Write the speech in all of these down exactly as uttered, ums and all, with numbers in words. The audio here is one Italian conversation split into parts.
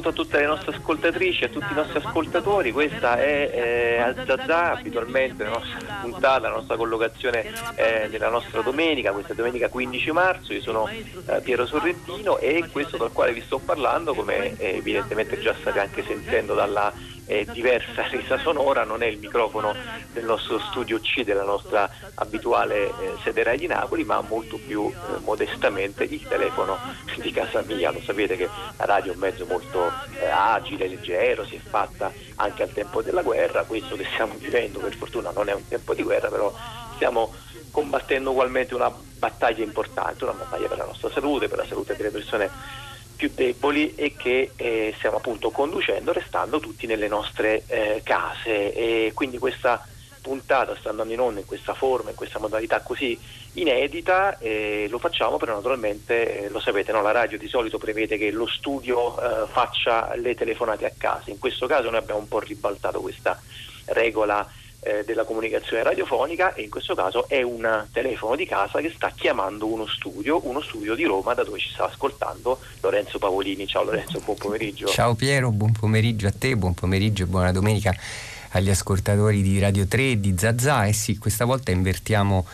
saluto a tutte le nostre ascoltatrici e a tutti i nostri ascoltatori. Questa è eh, Al Zazà, abitualmente la nostra puntata, la nostra collocazione eh, della nostra domenica, questa domenica quindici marzo. Io sono eh, Piero Sorrentino e questo dal quale vi sto parlando, come eh, evidentemente già state anche sentendo dalla eh, diversa risa sonora, non è il microfono del nostro studio C, della nostra abituale eh, sede Rai di Napoli, ma molto più eh, modestamente il telefono di casa mia. Lo sapete che la radio è un mezzo molto eh, agile, leggero, si è fatta anche al tempo della guerra. Questo che stiamo vivendo per fortuna non è un tempo di guerra, però stiamo combattendo ugualmente una battaglia importante, una battaglia per la nostra salute, per la salute delle persone più deboli, e che eh, stiamo appunto conducendo restando tutti nelle nostre eh, case. E quindi questa puntata sta andando in onda in questa forma, in questa modalità così inedita, e lo facciamo però naturalmente, eh, lo sapete, no? La radio di solito prevede che lo studio eh, faccia le telefonate a casa. In questo caso noi abbiamo un po' ribaltato questa regola eh, della comunicazione radiofonica, e in questo caso è un telefono di casa che sta chiamando uno studio, uno studio di Roma, da dove ci sta ascoltando Lorenzo Pavolini. Ciao Lorenzo, buon pomeriggio. Ciao Piero, buon pomeriggio a te, buon pomeriggio e buona domenica agli ascoltatori di Radio tre e di Zazà. E eh sì, questa volta invertiamo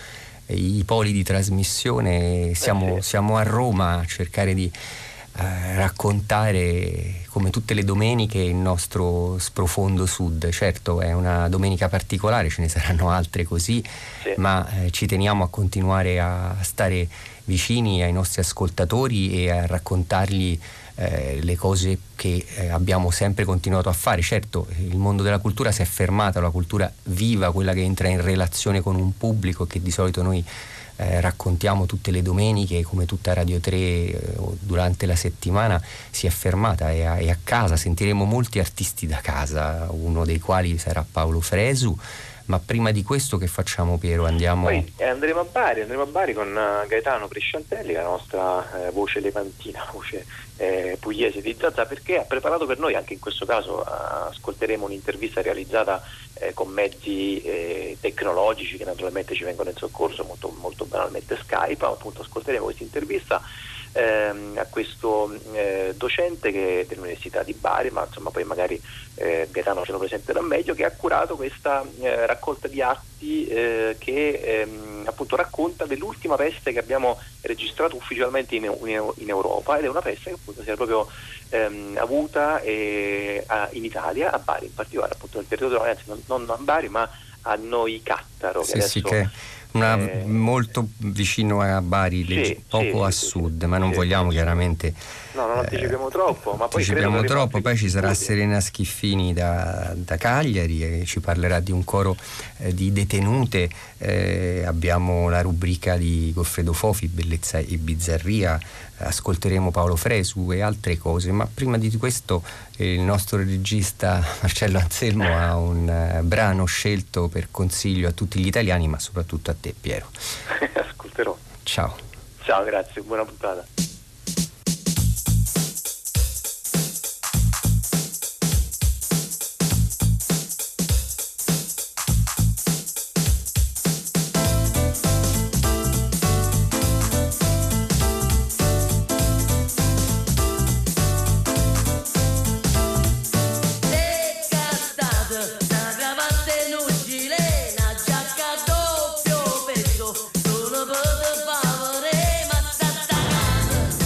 i poli di trasmissione, siamo, eh sì. siamo a Roma a cercare di eh, raccontare, come tutte le domeniche, il nostro sprofondo sud. Certo, è una domenica particolare, ce ne saranno altre così, sì. ma eh, ci teniamo a continuare a stare vicini ai nostri ascoltatori e a raccontargli Eh, le cose che eh, abbiamo sempre continuato a fare. Certo, il mondo della cultura si è fermato, la cultura viva, quella che entra in relazione con un pubblico, che di solito noi eh, raccontiamo tutte le domeniche, come tutta Radio tre eh, durante la settimana, si è fermata. E a, e a casa sentiremo molti artisti da casa, uno dei quali sarà Paolo Fresu. Ma prima di questo che facciamo, Piero? Andiamo... Poi eh, andremo a Bari, andremo a Bari con uh, Gaetano Presciantelli, la nostra eh, voce levantina, voce eh, pugliese di Zazà, perché ha preparato per noi, anche in questo caso uh, ascolteremo un'intervista realizzata eh, con mezzi eh, tecnologici che naturalmente ci vengono in soccorso, molto, molto banalmente Skype. Appunto ascolteremo questa intervista ehm, a questo eh, docente che dell'Università di Bari, ma insomma poi magari eh, Gaetano ce lo presenterà meglio, che ha curato questa eh, raccolta di atti eh, che ehm, appunto racconta dell'ultima peste che abbiamo registrato ufficialmente in, in, in Europa, ed è una peste che appunto si era proprio ehm, avuta eh, a, in Italia, a Bari in particolare, appunto nel territorio, anzi non, non a Bari ma a Noicattaro, che sì, adesso sì, che una, eh, molto vicino a Bari, sì, legge, poco sì, a sì, sud, sì, ma non sì, vogliamo sì. chiaramente no, non anticipiamo eh, troppo, ma poi anticipiamo credo troppo. Poi ci sarà studi. Serena Schiffini da, da Cagliari, e ci parlerà di un coro eh, di detenute. Eh, abbiamo la rubrica di Goffredo Fofi, Bellezza e Bizzarria, ascolteremo Paolo Fresu e altre cose. Ma prima di questo eh, il nostro regista Marcello Anselmo ha un eh, brano scelto per consiglio a tutti gli italiani, ma soprattutto a te, Piero. Ascolterò. Ciao. Ciao, grazie, buona puntata. Doppio peso, solo per favore, ma sta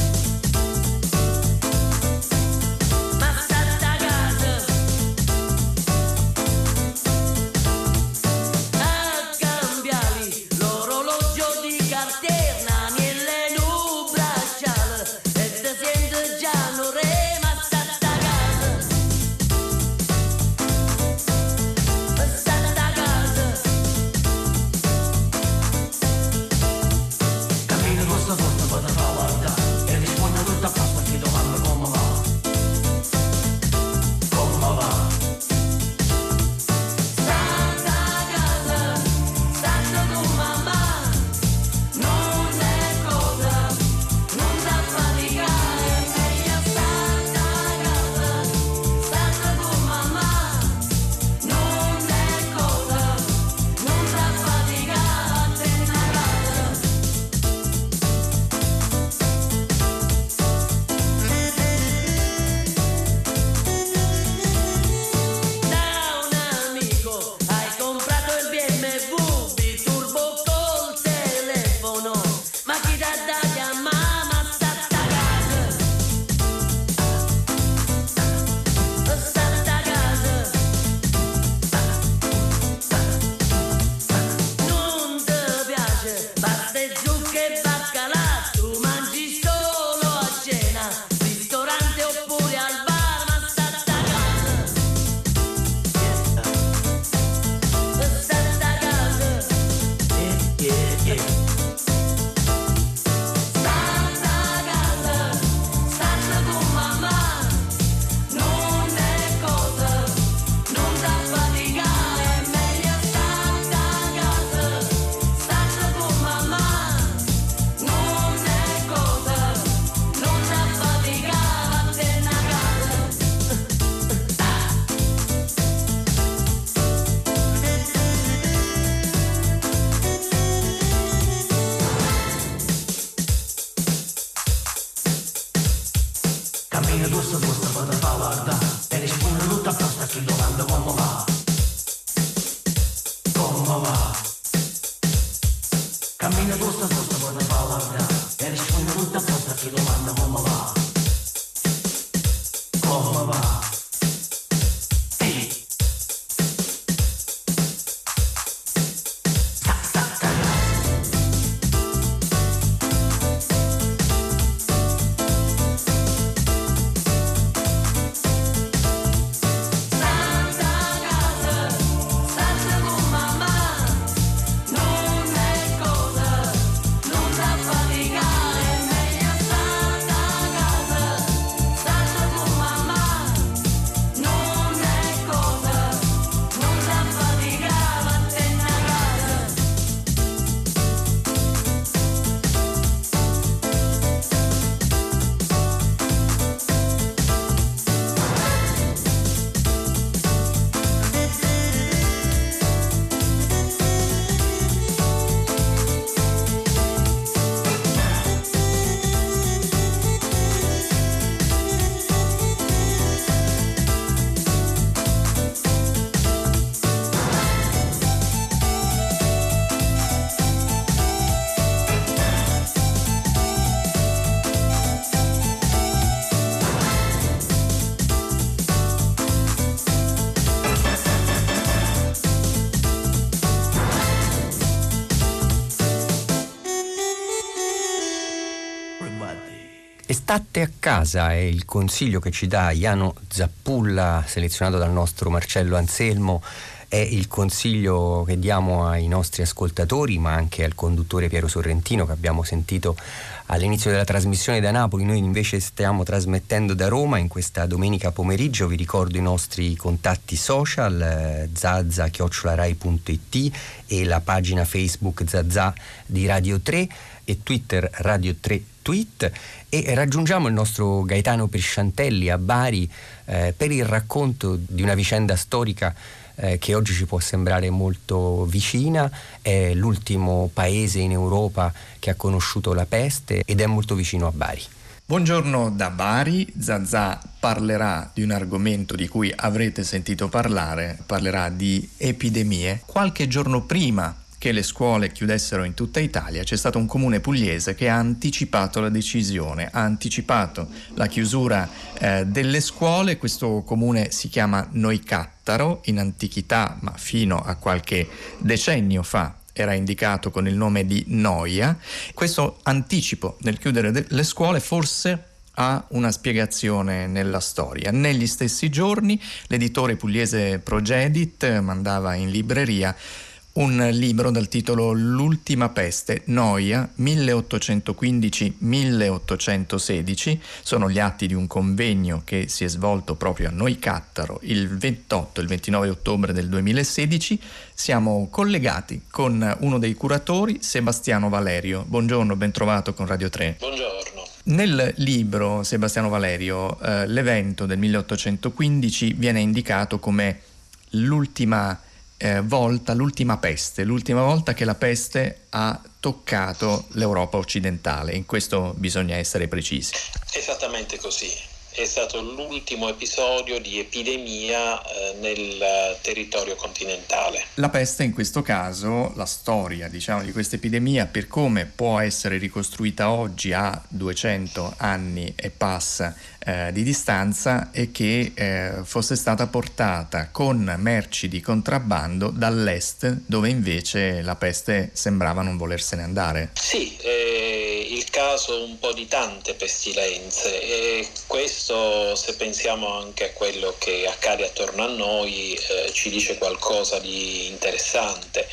State a casa è il consiglio che ci dà Jano Zappulla, selezionato dal nostro Marcello Anselmo. È il consiglio che diamo ai nostri ascoltatori, ma anche al conduttore Piero Sorrentino, che abbiamo sentito all'inizio della trasmissione da Napoli. Noi invece stiamo trasmettendo da Roma in questa domenica pomeriggio. Vi ricordo i nostri contatti social, eh, zazza chiocciola rai punto it e la pagina Facebook Zazà di Radio tre e Twitter Radio tre Tweet, e raggiungiamo il nostro Gaetano Prisciantelli a Bari eh, per il racconto di una vicenda storica eh, che oggi ci può sembrare molto vicina. È l'ultimo paese in Europa che ha conosciuto la peste ed è molto vicino a Bari. Buongiorno da Bari. Zazà parlerà di un argomento di cui avrete sentito parlare, parlerà di epidemie. Qualche giorno prima che le scuole chiudessero in tutta Italia, c'è stato un comune pugliese che ha anticipato la decisione, ha anticipato la chiusura eh, delle scuole. Questo comune si chiama Noicattaro, in antichità, ma fino a qualche decennio fa era indicato con il nome di Noia. Questo anticipo nel chiudere de- le scuole forse ha una spiegazione nella storia. Negli stessi giorni l'editore pugliese Progedit mandava in libreria un libro dal titolo L'ultima peste, Noia, milleottocentoquindici milleottocentosedici. Sono gli atti di un convegno che si è svolto proprio a Noicattaro il ventotto e il ventinove ottobre del duemilasedici. Siamo collegati con uno dei curatori, Sebastiano Valerio. Buongiorno, ben trovato con Radio tre. Buongiorno. Nel libro, Sebastiano Valerio, eh, l'evento del milleottocentoquindici viene indicato come l'ultima Eh, volta, l'ultima peste, l'ultima volta che la peste ha toccato l'Europa occidentale. In questo bisogna essere precisi. Esattamente così. È stato l'ultimo episodio di epidemia eh, nel territorio continentale. La peste, in questo caso, la storia, diciamo, di questa epidemia, per come può essere ricostruita oggi a duecento anni e passa eh, di distanza, è che eh, fosse stata portata con merci di contrabbando dall'est, dove invece la peste sembrava non volersene andare. Sì, eh, il caso un po' di tante pestilenze, e questo, se pensiamo anche a quello che accade attorno a noi, eh, ci dice qualcosa di interessante.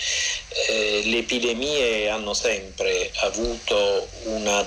Eh, le epidemie hanno sempre avuto una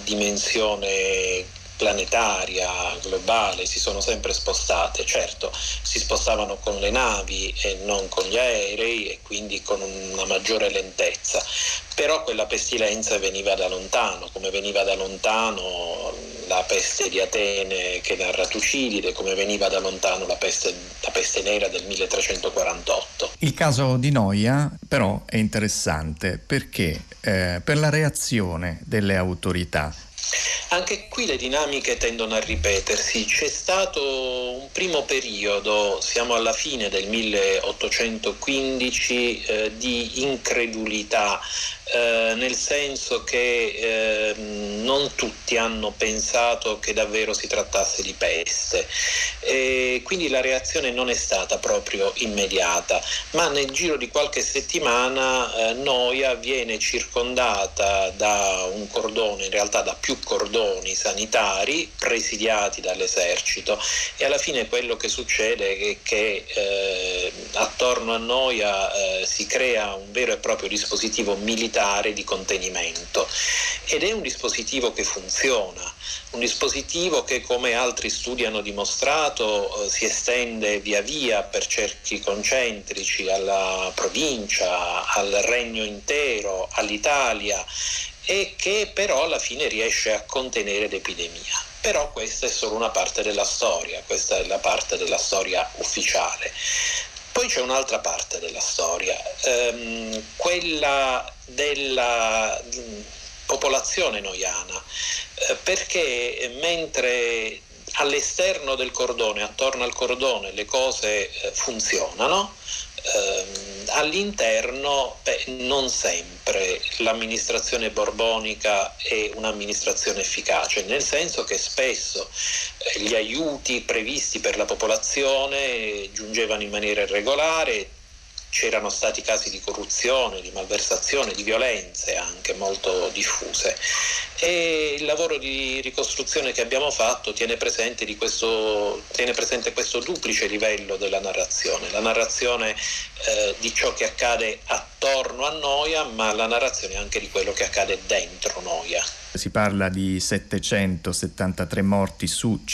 dimensione planetaria, globale, si sono sempre spostate. Certo, si spostavano con le navi e non con gli aerei, e quindi con una maggiore lentezza, però quella pestilenza veniva da lontano, come veniva da lontano la peste di Atene che narra Tucidide, come veniva da lontano la peste, la peste nera del milletrecentoquarantotto. Il caso di Noia però è interessante perché eh, per la reazione delle autorità. Anche qui le dinamiche tendono a ripetersi. C'è stato un primo periodo, siamo alla fine del milleottocentoquindici, eh, di incredulità, eh, nel senso che eh, non tutti hanno pensato che davvero si trattasse di peste, e quindi la reazione non è stata proprio immediata, ma nel giro di qualche settimana eh, Noia viene circondata da un cordone, in realtà da più cordoni sanitari presidiati dall'esercito, e alla fine quello che succede è che eh, attorno a Noia eh, si crea un vero e proprio dispositivo militare di contenimento, ed è un dispositivo che funziona, un dispositivo che, come altri studi hanno dimostrato, eh, si estende via via per cerchi concentrici alla provincia, al regno intero, all'Italia, e che però alla fine riesce a contenere l'epidemia. Però questa è solo una parte della storia, questa è la parte della storia ufficiale. Poi c'è un'altra parte della storia, ehm, quella della popolazione noiana, eh, perché mentre all'esterno del cordone, attorno al cordone, le cose eh, funzionano, ehm, all'interno beh, non sempre l'amministrazione borbonica è un'amministrazione efficace, nel senso che spesso eh, gli aiuti previsti per la popolazione giungevano in maniera irregolare, c'erano stati casi di corruzione, di malversazione, di violenze anche molto diffuse. E il lavoro di ricostruzione che abbiamo fatto tiene presente, di questo, tiene presente questo duplice livello della narrazione, la narrazione eh, di ciò che accade attorno a Noia, ma la narrazione anche di quello che accade dentro Noia. Si parla di settecentosettantatré morti su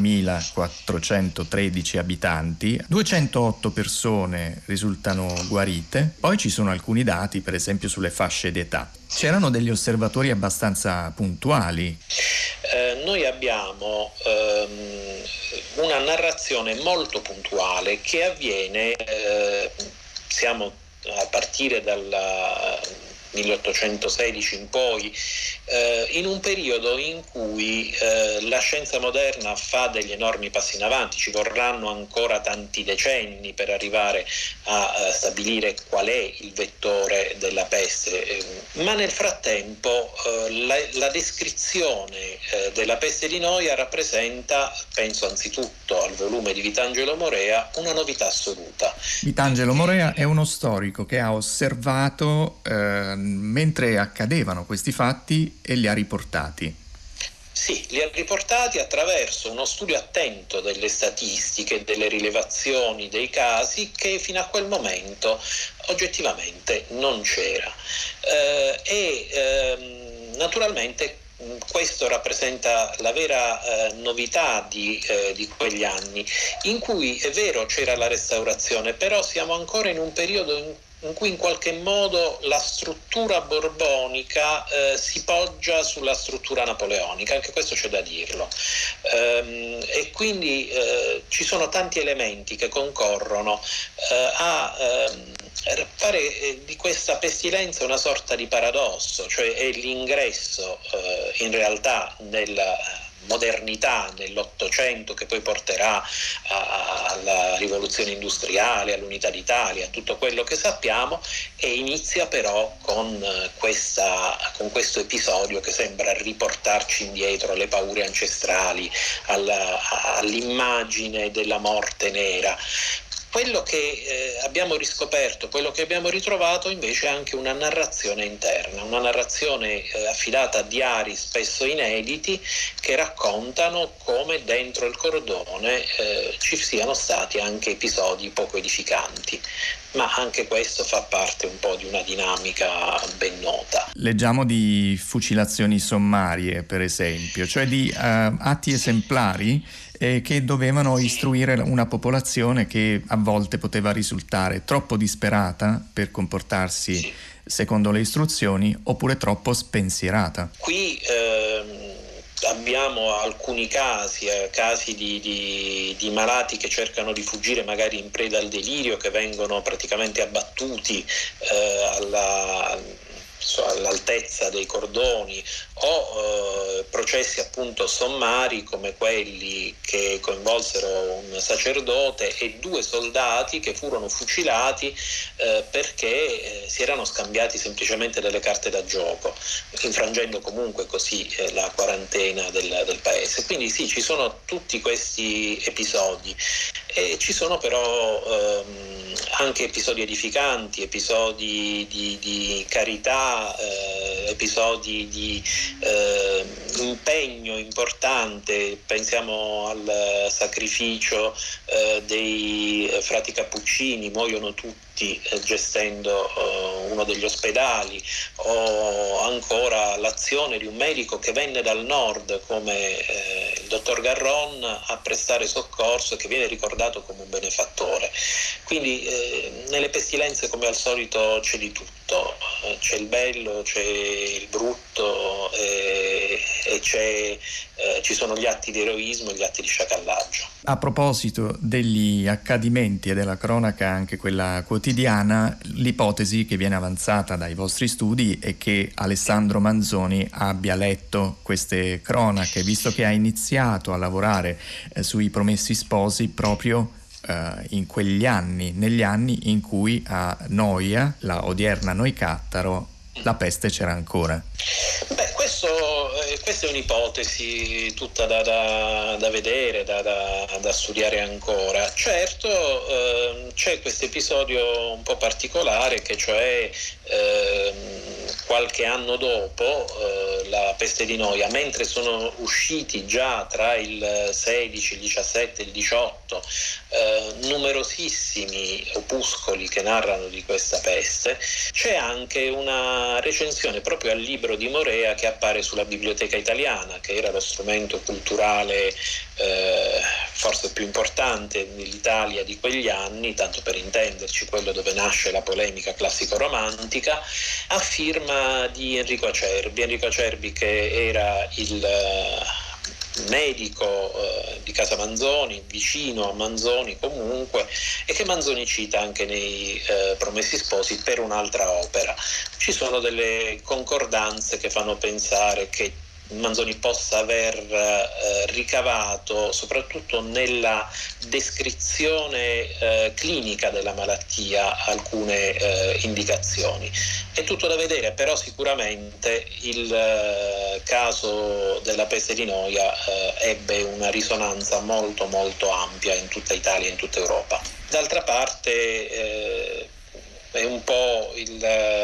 cinquemilaquattrocentotredici abitanti, duecentootto persone risultano guarite, poi ci sono alcuni dati per esempio sulle fasce d'età. C'erano degli osservatori abbastanza puntuali. Eh, noi abbiamo ehm, una narrazione molto puntuale che avviene, eh, siamo a partire dalla milleottocentosedici in poi, eh, in un periodo in cui eh, la scienza moderna fa degli enormi passi in avanti. Ci vorranno ancora tanti decenni per arrivare a, a stabilire qual è il vettore della peste, eh, ma nel frattempo eh, la, la descrizione eh, della peste di Noia rappresenta, penso anzitutto al volume di Vitangelo Morea, una novità assoluta. Vitangelo Morea è uno storico che ha osservato eh, mentre accadevano questi fatti e li ha riportati. Sì, li ha riportati attraverso uno studio attento delle statistiche, delle rilevazioni dei casi che fino a quel momento oggettivamente non c'era. Eh, e ehm, naturalmente questo rappresenta la vera eh, novità di, eh, di quegli anni, in cui è vero c'era la restaurazione, però siamo ancora in un periodo in in cui in qualche modo la struttura borbonica eh, si poggia sulla struttura napoleonica, anche questo c'è da dirlo, ehm, e quindi eh, ci sono tanti elementi che concorrono eh, a ehm, fare eh, di questa pestilenza una sorta di paradosso, cioè è l'ingresso eh, in realtà nella modernità nell'Ottocento che poi porterà alla rivoluzione industriale, all'unità d'Italia, a tutto quello che sappiamo, e inizia però con, questa, con questo episodio che sembra riportarci indietro alle paure ancestrali, alla, all'immagine della morte nera. Quello che eh, abbiamo riscoperto, quello che abbiamo ritrovato invece è anche una narrazione interna, una narrazione eh, affidata a diari spesso inediti che raccontano come dentro il cordone eh, ci siano stati anche episodi poco edificanti, ma anche questo fa parte un po' di una dinamica ben nota. Leggiamo di fucilazioni sommarie, per esempio, cioè di uh, atti esemplari eh, che dovevano istruire una popolazione che a volte poteva risultare troppo disperata per comportarsi sì. secondo le istruzioni, oppure troppo spensierata. Qui ehm... abbiamo alcuni casi, eh, casi di, di, di malati che cercano di fuggire magari in preda al delirio, che vengono praticamente abbattuti eh, alla, all'altezza dei cordoni, o eh, processi appunto sommari come quelli che coinvolsero un sacerdote e due soldati che furono fucilati eh, perché eh, si erano scambiati semplicemente delle carte da gioco, infrangendo comunque così eh, la quarantena del, del paese. Quindi sì, ci sono tutti questi episodi, e ci sono però ehm, anche episodi edificanti, episodi di, di carità, eh, episodi di eh, impegno importante. Pensiamo al sacrificio eh, dei frati cappuccini, muoiono tutti eh, gestendo eh, uno degli ospedali, o ancora l'azione di un medico che venne dal nord come eh, il dottor Garron a prestare soccorso e che viene ricordato come un benefattore. Quindi eh, nelle pestilenze come al solito c'è di tutto, eh, c'è il bello, c'è il brutto e, e c'è, eh, ci sono gli atti di eroismo e gli atti di sciacallaggio. A proposito degli accadimenti e della cronaca, anche quella quotidiana, l'ipotesi che viene avanzata dai vostri studi è che Alessandro Manzoni abbia letto queste cronache, visto che ha iniziato a lavorare eh, sui Promessi Sposi proprio in quegli anni, negli anni in cui a Noia, la odierna Noicattaro, la peste c'era ancora. Beh, questo, eh, questa è un'ipotesi tutta da, da, da vedere, da, da, da studiare ancora. Certo, eh, c'è questo episodio un po' particolare, che cioè eh, qualche anno dopo eh, la peste di noia, mentre sono usciti già tra il sedici, il diciassette e il diciotto eh, numerosissimi opuscoli che narrano di questa peste, c'è anche una recensione proprio al libro di Morea che appare sulla Biblioteca Italiana, che era lo strumento culturale eh, forse più importante nell'Italia di quegli anni, tanto per intenderci, quello dove nasce la polemica classico-romantica, a firma di Enrico Acerbi. Enrico Acerbi, che era il medico eh, di casa Manzoni, vicino a Manzoni comunque, e che Manzoni cita anche nei eh, Promessi Sposi per un'altra opera. Ci sono delle concordanze che fanno pensare che Manzoni possa aver eh, ricavato, soprattutto nella descrizione eh, clinica della malattia, alcune eh, indicazioni. È tutto da vedere, però sicuramente il eh, caso della peste di noia eh, ebbe una risonanza molto molto ampia in tutta Italia e in tutta Europa. D'altra parte eh, è un po' il,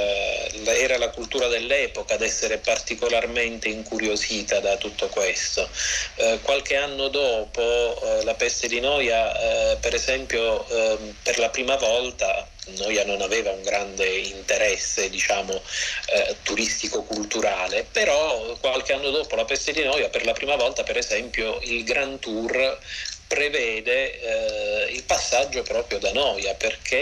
era la cultura dell'epoca ad essere particolarmente incuriosita da tutto questo. Eh, qualche anno dopo eh, la peste di noia, eh, per esempio, eh, per la prima volta, Noia non aveva un grande interesse, diciamo, eh, turistico-culturale, però qualche anno dopo la peste di noia, per la prima volta, per esempio, il Grand Tour prevede eh, il passaggio proprio da Noia, perché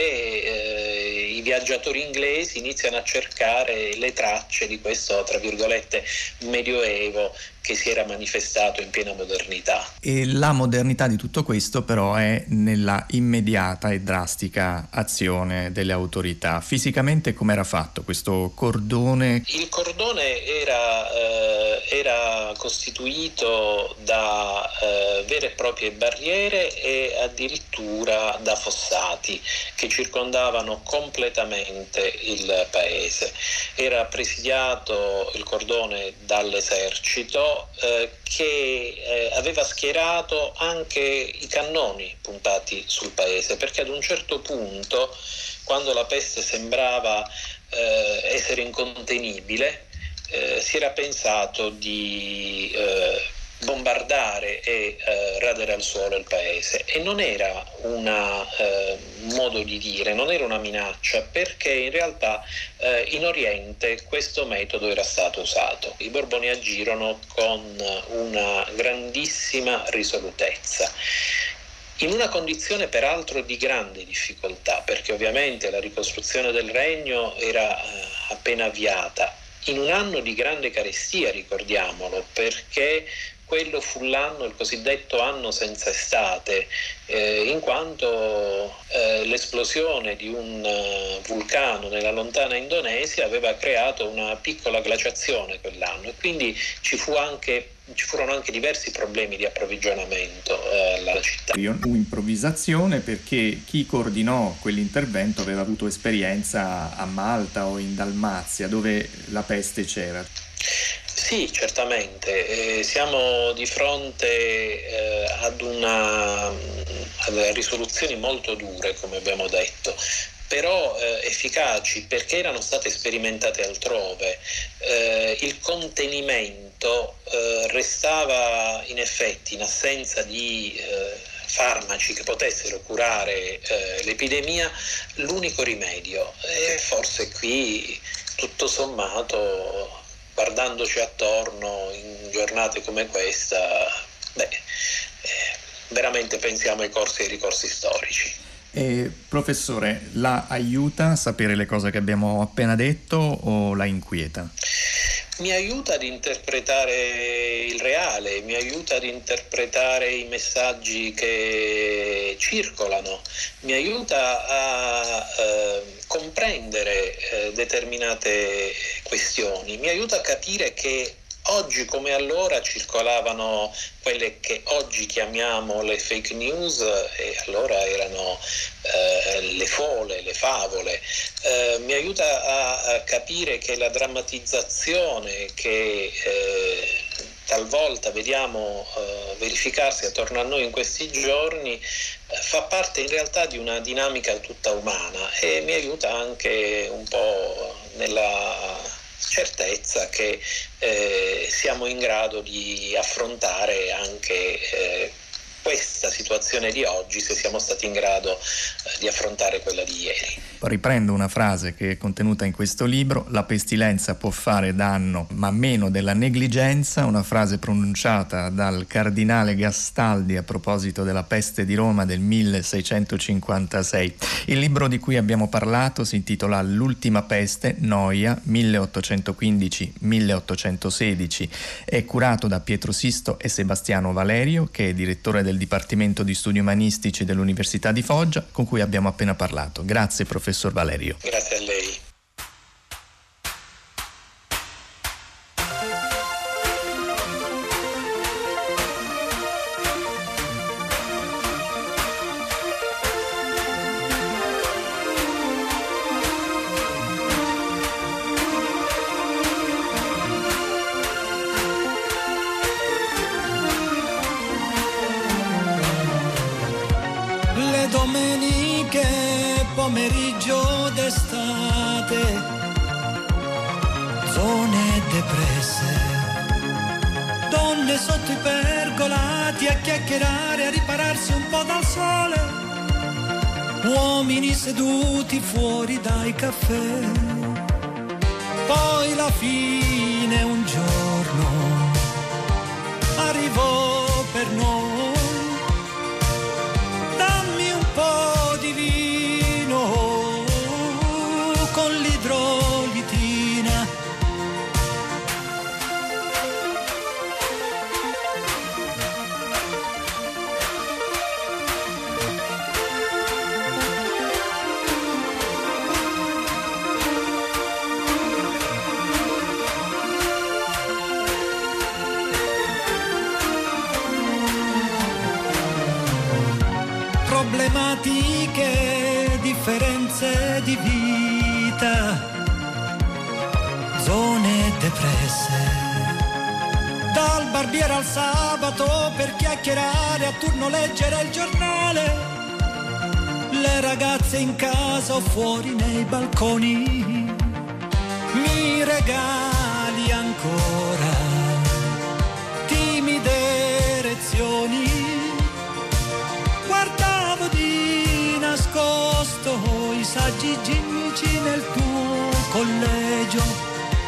eh, i viaggiatori inglesi iniziano a cercare le tracce di questo, tra virgolette, medioevo che si era manifestato in piena modernità. E la modernità di tutto questo però è nella immediata e drastica azione delle autorità. Fisicamente com'era fatto questo cordone? Il cordone era, eh, era costituito da eh, vere e proprie barriere e addirittura da fossati che circondavano completamente il paese. Era presidiato il cordone dall'esercito, Eh, che eh, aveva schierato anche i cannoni puntati sul paese, perché ad un certo punto, quando la peste sembrava eh, essere incontenibile, eh, si era pensato di eh, bombardare e eh, radere al suolo il paese, e non era un eh, modo di dire, non era una minaccia, perché in realtà eh, in Oriente questo metodo era stato usato. I Borboni agirono con una grandissima risolutezza, in una condizione peraltro di grande difficoltà, perché ovviamente la ricostruzione del regno era eh, appena avviata, in un anno di grande carestia, ricordiamolo, perché quello fu l'anno, il cosiddetto anno senza estate, eh, in quanto eh, l'esplosione di un uh, vulcano nella lontana Indonesia aveva creato una piccola glaciazione quell'anno, e quindi ci fu anche ci furono anche diversi problemi di approvvigionamento eh, alla città. Fu improvvisazione perché chi coordinò quell'intervento aveva avuto esperienza a Malta o in Dalmazia, dove la peste c'era. Sì, certamente. Eh, siamo di fronte eh, ad una ad risoluzioni molto dure, come abbiamo detto, però eh, efficaci perché erano state sperimentate altrove. Eh, il contenimento eh, restava in effetti, in assenza di eh, farmaci che potessero curare eh, l'epidemia, l'unico rimedio. E forse qui, tutto sommato, guardandoci attorno in giornate come questa, beh, eh, veramente pensiamo ai corsi e ai ricorsi storici. E, professore, la aiuta a sapere le cose che abbiamo appena detto o la inquieta? Mi aiuta ad interpretare il reale, mi aiuta ad interpretare i messaggi che circolano, mi aiuta a eh, comprendere eh, determinate questioni, mi aiuta a capire che oggi come allora circolavano quelle che oggi chiamiamo le fake news, e allora erano eh, le fole, le favole. Eh, mi aiuta a, a capire che la drammatizzazione che eh, talvolta vediamo eh, verificarsi attorno a noi in questi giorni eh, fa parte in realtà di una dinamica tutta umana e mi aiuta anche un po' nella certezza che eh, siamo in grado di affrontare anche eh, questa situazione di oggi, se siamo stati in grado eh, di affrontare quella di ieri. Riprendo una frase che è contenuta in questo libro: la pestilenza può fare danno ma meno della negligenza, una frase pronunciata dal cardinale Gastaldi a proposito della peste di Roma del milleseicentocinquantasei. Il libro di cui abbiamo parlato si intitola L'ultima peste, Noia, milleottocentoquindici milleottocentosedici, è curato da Pietro Sisto e Sebastiano Valerio, che è direttore del Dipartimento di Studi Umanistici dell'Università di Foggia, con cui abbiamo appena parlato. Grazie professor Valerio. Grazie a lei. Pomeriggio d'estate, zone depresse, donne sotto i pergolati a chiacchierare, a ripararsi un po' dal sole, uomini seduti fuori dai caffè. Poi la fine un giorno arrivò per noi, dammi un po' di vino con l'idrolitina. Problematiche, differenze di vita, zone depresse, dal barbiere al sabato per chiacchierare, a turno leggere il giornale, le ragazze in casa o fuori nei balconi. Mi regali ancora timide erezioni, guardavo di nascosto i saggi ginnici nel tuo collegio.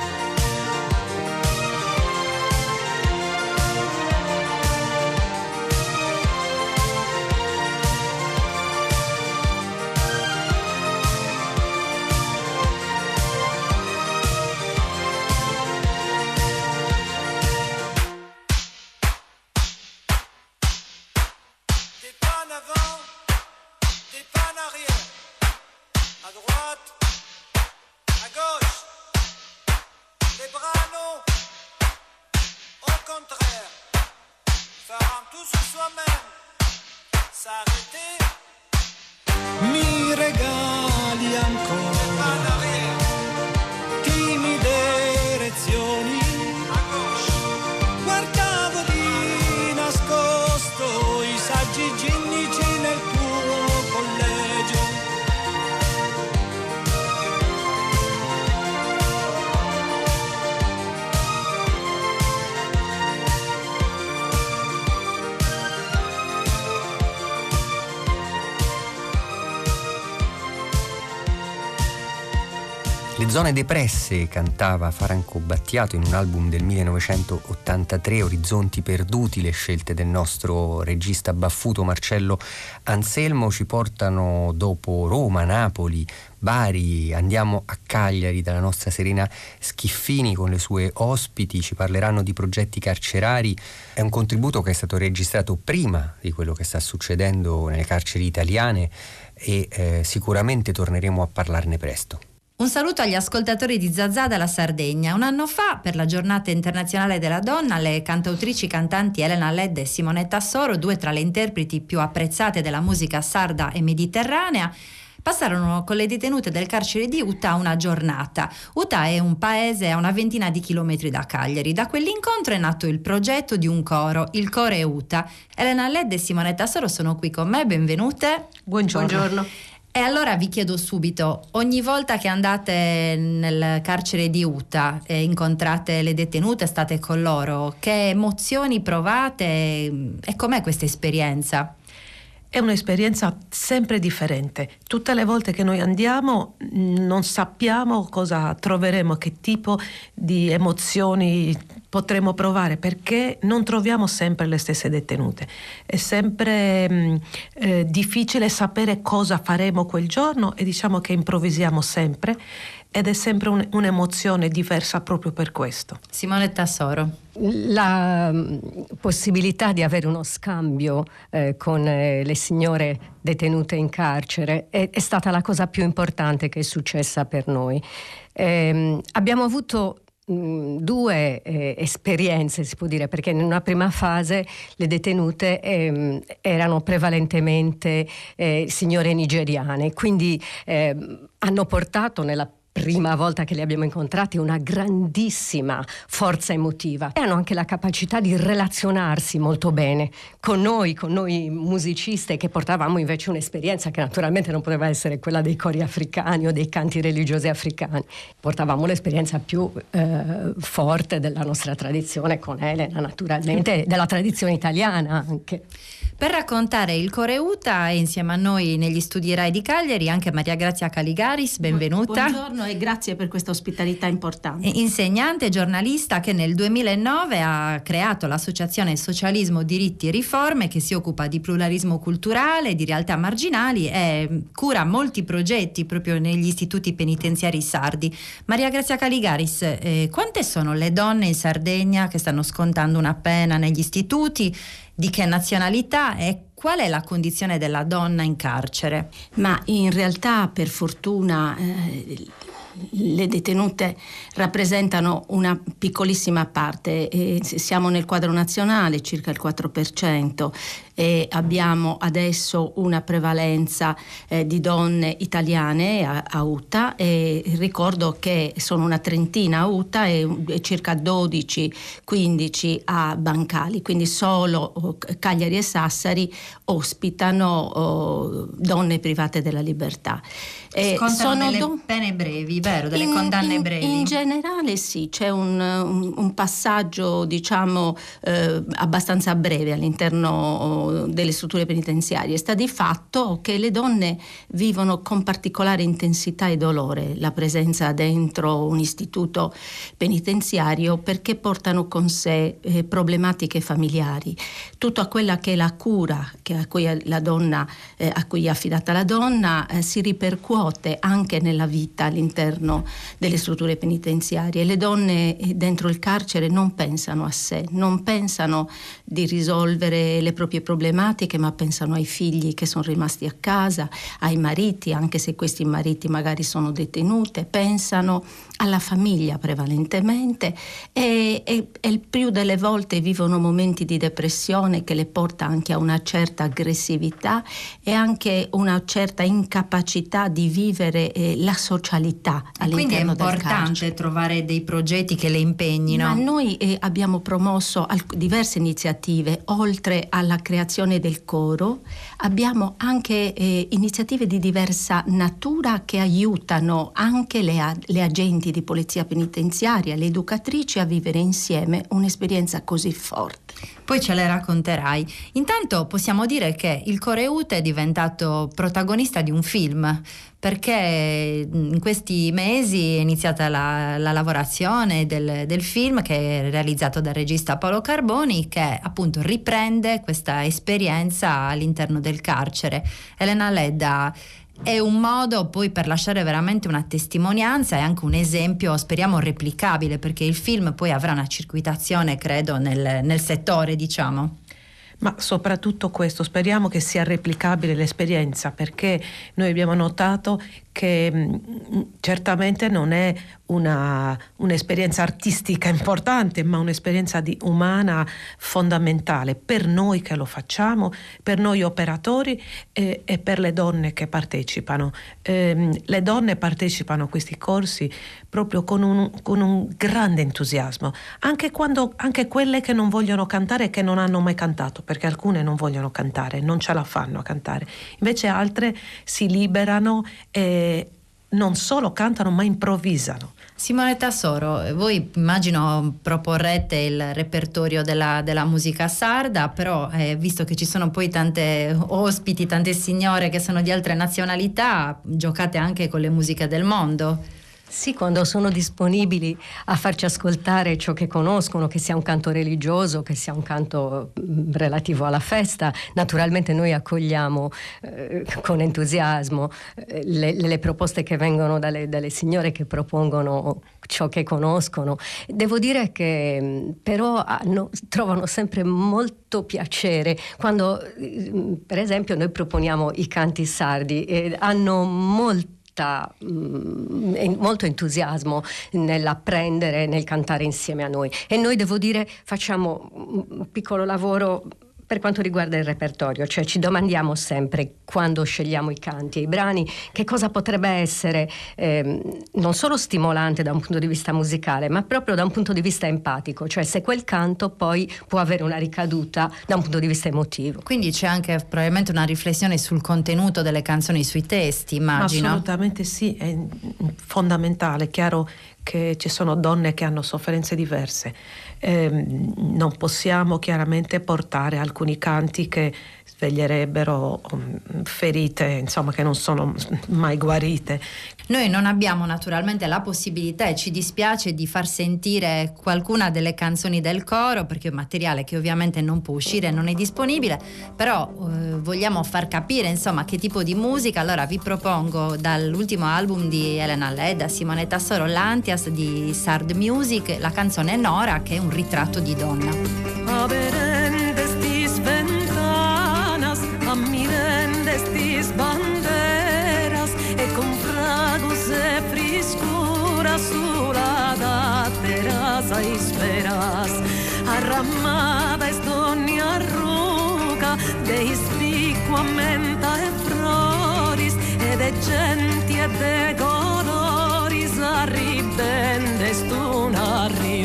Mi regali ancora timide erezioni, guardavo di nascosto i saggi ginnici nel tuo collegio. Le zone depresse cantava Franco Battiato in un album del millenovecentottantatré, Orizzonti perduti. Le scelte del nostro regista baffuto Marcello Anselmo ci portano dopo Roma, Napoli, Bari, andiamo a Cagliari dalla nostra Serena Schiffini con le sue ospiti, ci parleranno di progetti carcerari. È un contributo che è stato registrato prima di quello che sta succedendo nelle carceri italiane e eh, sicuramente torneremo a parlarne presto. Un saluto agli ascoltatori di Zazà dalla Sardegna. Un anno fa, per la giornata internazionale della donna, le cantautrici cantanti Elena Ledda e Simonetta Soro, due tra le interpreti più apprezzate della musica sarda e mediterranea, passarono con le detenute del carcere di Uta una giornata. Uta è un paese a una ventina di chilometri da Cagliari. Da quell'incontro è nato il progetto di un coro, il Core Uta. Elena Ledda e Simonetta Soro sono qui con me, benvenute. Buongiorno. Buongiorno. E allora vi chiedo subito, ogni volta che andate nel carcere di Uta e incontrate le detenute, state con loro, che emozioni provate e com'è questa esperienza? È un'esperienza sempre differente. Tutte le volte che noi andiamo non sappiamo cosa troveremo, che tipo di emozioni potremo provare, perché non troviamo sempre le stesse detenute. È sempre mh, eh, difficile sapere cosa faremo quel giorno e diciamo che improvvisiamo sempre ed è sempre un, un'emozione diversa proprio per questo. Simonetta Soro. La mh, possibilità di avere uno scambio eh, con eh, le signore detenute in carcere è, è stata la cosa più importante che è successa per noi. Eh, abbiamo avuto due eh, esperienze, si può dire, perché in una prima fase le detenute eh, erano prevalentemente eh, signore nigeriane, quindi eh, hanno portato nella prima volta che li abbiamo incontrati una grandissima forza emotiva e hanno anche la capacità di relazionarsi molto bene con noi, con noi musiciste, che portavamo invece un'esperienza che naturalmente non poteva essere quella dei cori africani o dei canti religiosi africani. Portavamo l'esperienza più eh, forte della nostra tradizione con Elena, naturalmente, della tradizione italiana anche. Per raccontare il Core Uta è insieme a noi negli studi Rai di Cagliari anche Maria Grazia Caligaris, benvenuta. Buongiorno e grazie per questa ospitalità importante. Insegnante e giornalista che nel duemilanove ha creato l'associazione Socialismo, Diritti e Riforme, che si occupa di pluralismo culturale, di realtà marginali e cura molti progetti proprio negli istituti penitenziari sardi. Maria Grazia Caligaris, eh, quante sono le donne in Sardegna che stanno scontando una pena negli istituti? Di che nazionalità e qual è la condizione della donna in carcere? Ma in realtà, per fortuna, eh, le detenute rappresentano una piccolissima parte. Eh, siamo nel quadro nazionale, circa il quattro per cento, e abbiamo adesso una prevalenza eh, di donne italiane a, a Uta, e ricordo che sono una trentina a Uta e, e circa dodici quindici a Bancali, quindi solo oh, Cagliari e Sassari ospitano oh, donne private della libertà. Eh, Scontano sono delle do... pene brevi, vero? Delle in, condanne in, brevi? In generale sì, c'è un, un, un passaggio diciamo eh, abbastanza breve all'interno delle strutture penitenziarie. Sta di fatto che le donne vivono con particolare intensità e dolore la presenza dentro un istituto penitenziario, perché portano con sé eh, problematiche familiari. Tutta quella che è la cura che a cui la donna eh, a cui è affidata la donna eh, si ripercuote anche nella vita all'interno delle strutture penitenziarie. Le donne dentro il carcere non pensano a sé, non pensano di risolvere le proprie problematiche, ma pensano ai figli che sono rimasti a casa, ai mariti, anche se questi mariti magari sono detenute, pensano alla famiglia prevalentemente e, e, e il più delle volte vivono momenti di depressione che le porta anche a una certa aggressività e anche una certa incapacità di vivere eh, la socialità all'interno del carcere. Quindi è importante trovare dei progetti che le impegnino. Ma noi eh, abbiamo promosso alc- diverse iniziative. Oltre alla creazione del coro, abbiamo anche eh, iniziative di diversa natura che aiutano anche le, a- le agenti di polizia penitenziaria, le educatrici, a vivere insieme un'esperienza così forte. Poi ce le racconterai. Intanto possiamo dire che il Core Uta è diventato protagonista di un film, perché in questi mesi è iniziata la, la lavorazione del, del film, che è realizzato dal regista Paolo Carboni, che appunto riprende questa esperienza all'interno del carcere. Elena Ledda, è un modo poi per lasciare veramente una testimonianza e anche un esempio, speriamo, replicabile, perché il film poi avrà una circuitazione, credo, nel, nel settore, diciamo. Ma soprattutto questo, speriamo che sia replicabile l'esperienza, perché noi abbiamo notato che mh, certamente non è una, un'esperienza artistica importante, ma un'esperienza di umana fondamentale per noi che lo facciamo, per noi operatori e, e per le donne che partecipano. Eh, le donne partecipano a questi corsi proprio con un, con un grande entusiasmo, anche quando anche quelle che non vogliono cantare e che non hanno mai cantato, perché alcune non vogliono cantare, non ce la fanno a cantare, invece altre si liberano e non solo cantano ma improvvisano. Simonetta Soro, voi immagino proporrete il repertorio della, della musica sarda, però eh, visto che ci sono poi tante ospiti, tante signore che sono di altre nazionalità, giocate anche con le musiche del mondo? Sì, quando sono disponibili a farci ascoltare ciò che conoscono, che sia un canto religioso, che sia un canto relativo alla festa, naturalmente noi accogliamo eh, con entusiasmo eh, le, le proposte che vengono dalle, dalle signore che propongono ciò che conoscono. Devo dire che però hanno, trovano sempre molto piacere quando, per esempio, noi proponiamo i canti sardi e hanno molto molto entusiasmo nell'apprendere, nel cantare insieme a noi, e noi, devo dire, facciamo un piccolo lavoro per quanto riguarda il repertorio, cioè ci domandiamo sempre, quando scegliamo i canti e i brani, che cosa potrebbe essere eh, non solo stimolante da un punto di vista musicale, ma proprio da un punto di vista empatico, cioè se quel canto poi può avere una ricaduta da un punto di vista emotivo. Quindi c'è anche probabilmente una riflessione sul contenuto delle canzoni, sui testi, immagino. Assolutamente sì, è fondamentale. È chiaro che ci sono donne che hanno sofferenze diverse. Eh, non possiamo chiaramente portare alcuni canti che sveglierebbero um, ferite, insomma, che non sono mai guarite. Noi non abbiamo naturalmente la possibilità, e ci dispiace, di far sentire qualcuna delle canzoni del coro, perché è un materiale che ovviamente non può uscire, non è disponibile, però eh, vogliamo far capire, insomma, che tipo di musica. Allora vi propongo dall'ultimo album di Elena Ledda, Simonetta Soro, l'Antias di Sard Music, la canzone Nora, che è un ritratto di donna. Ammirendes tis banderas e con fragos e friscura sulla dateras a esperas arramada es doni arruga de ispicua menta e floris e de genti e de coloris arribendes tu narriu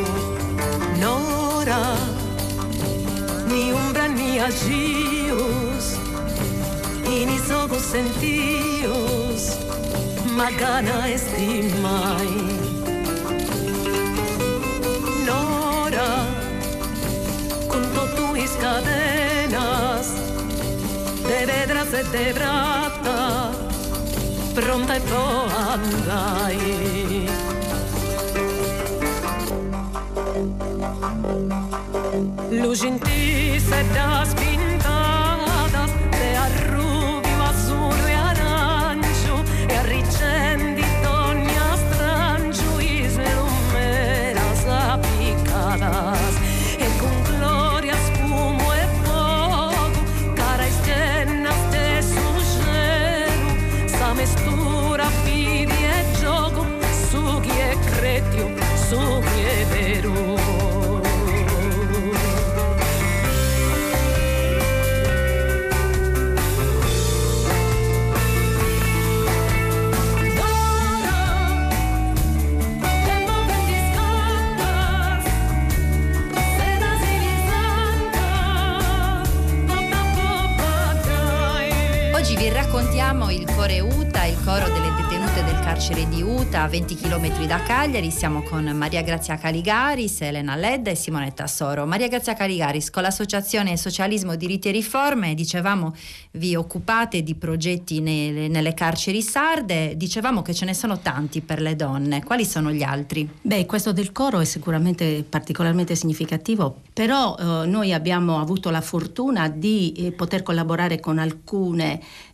Nora ni umbra ni agius in is ojos sentidos magana estimai Nora con tuis cadenas de vedras e de brata pronta e pro andai Luz en ti serás pintadas de arrubio, azul e arancio e arriccendi ogni astrancio is lumeras apicadas e con gloria spumo e fuoco cara escenas de suggero sa mistura vivi e gioco sughi e cretio sughi e vero Vi raccontiamo il Core Uta, il coro delle detenute del carcere di Uta, a venti chilometri da Cagliari. Siamo con Maria Grazia Caligaris, Elena Ledda e Simonetta Soro. Maria Grazia Caligaris, con l'associazione Socialismo, Diritti e Riforme, dicevamo, vi occupate di progetti nelle, nelle carceri sarde. Dicevamo che ce ne sono tanti per le donne. Quali sono gli altri? Beh, questo del coro è sicuramente particolarmente significativo, però eh, noi abbiamo avuto la fortuna di eh, poter collaborare con alcune eh, parruccherie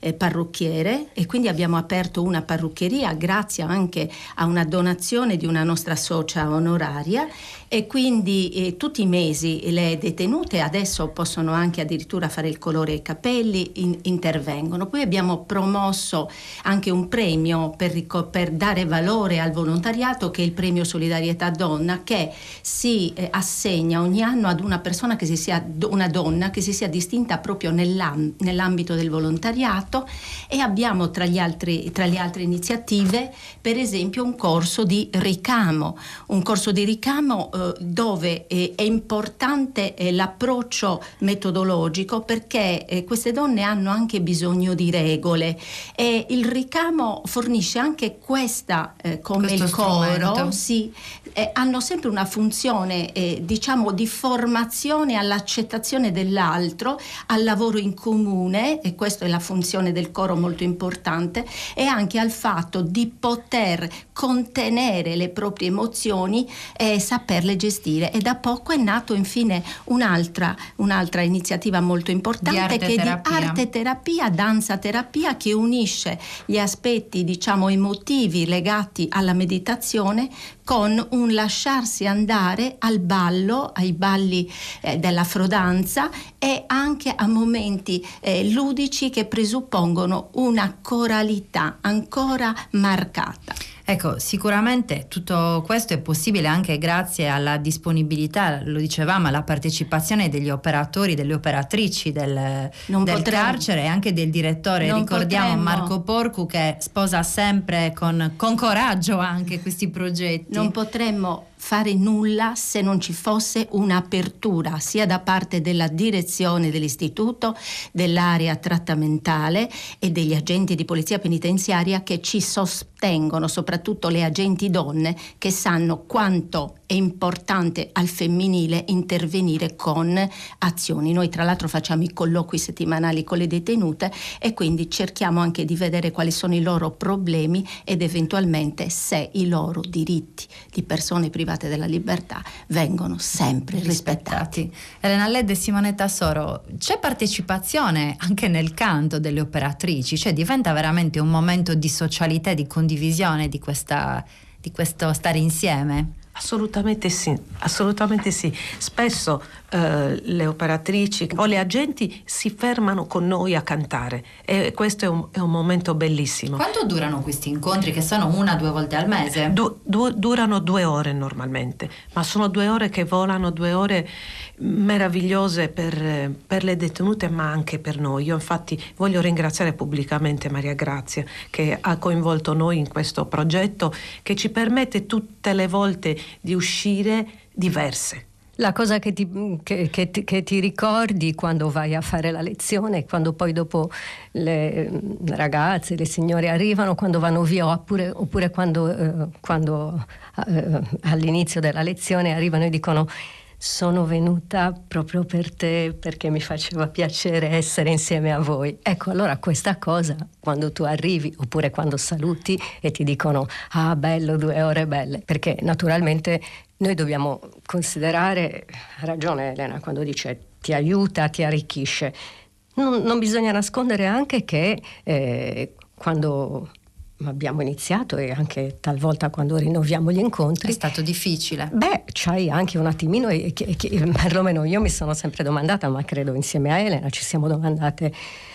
parrucchiere e quindi abbiamo aperto una parrucchieria grazie anche a una donazione di una nostra socia onoraria, e quindi eh, tutti i mesi le detenute adesso possono anche addirittura fare il colore ai capelli, in, intervengono. Poi abbiamo promosso anche un premio per, per dare valore al volontariato, che è il premio Solidarietà Donna, che si eh, assegna ogni anno ad una persona che si sia una donna che si sia distinta proprio nell'am, nell'ambito del volontariato. E abbiamo tra gli altri tra le altre iniziative per esempio un corso di ricamo, un corso di ricamo eh, dove eh, è importante eh, l'approccio metodologico, perché eh, queste donne hanno anche bisogno di regole, e il ricamo fornisce anche questa eh, come Questo il coro, strumento. sì, eh, hanno sempre una funzione eh, diciamo di formazione all'accettazione dell'altro, al lavoro in comune, e questa è la funzione del coro molto importante, e anche al fatto di poter contenere le proprie emozioni e saperle gestire. E da poco è nato infine un'altra, un'altra iniziativa molto importante, Di che è di arte-terapia. arte terapia, danza terapia, che unisce gli aspetti diciamo emotivi legati alla meditazione con un lasciarsi andare al ballo, ai balli eh, dell'afrodanza, e anche a momenti eh, ludici che presuppongono una coralità ancora marcata. Ecco, sicuramente tutto questo è possibile anche grazie alla disponibilità, lo dicevamo, alla partecipazione degli operatori, delle operatrici del, Non del potremmo- carcere, e anche del direttore. Non Ricordiamo potremmo- Marco Porcu, che sposa sempre con, con coraggio anche questi progetti. Non potremmo fare nulla se non ci fosse un'apertura sia da parte della direzione dell'istituto, dell'area trattamentale e degli agenti di polizia penitenziaria, che ci sostengono, soprattutto le agenti donne, che sanno quanto è importante al femminile intervenire con azioni. Noi tra l'altro facciamo i colloqui settimanali con le detenute, e quindi cerchiamo anche di vedere quali sono i loro problemi ed eventualmente se i loro diritti di persone private della libertà vengono sempre rispettati. rispettati. Elena Ledde e Simonetta Soro, c'è partecipazione anche nel canto delle operatrici? Cioè diventa veramente un momento di socialità, di condivisione di questa, di questo stare insieme? Assolutamente sì, assolutamente sì. Spesso eh, le operatrici o le agenti si fermano con noi a cantare, e questo è un, è un momento bellissimo. Quanto durano questi incontri, che sono una o due volte al mese? Du- du- durano due ore normalmente, ma sono due ore che volano, due ore meravigliose per, per le detenute, ma anche per noi. Io infatti voglio ringraziare pubblicamente Maria Grazia, che ha coinvolto noi in questo progetto, che ci permette tutte le volte di uscire diverse. La cosa che ti, che, che, ti- che ti ricordi quando vai a fare la lezione, quando poi dopo le ragazze, le signore arrivano, quando vanno via, oppure, oppure quando, eh, quando eh, all'inizio della lezione arrivano e dicono: sono venuta proprio per te, perché mi faceva piacere essere insieme a voi. Ecco, allora questa cosa, quando tu arrivi, oppure quando saluti e ti dicono: ah, bello, due ore belle, perché naturalmente noi dobbiamo considerare, ha ragione Elena quando dice ti aiuta, ti arricchisce. Non, non bisogna nascondere anche che eh, quando abbiamo iniziato, e anche talvolta quando rinnoviamo gli incontri, È stato difficile. beh, c'hai anche un attimino, e che, che, perlomeno io mi sono sempre domandata, ma credo insieme a Elena ci siamo domandate: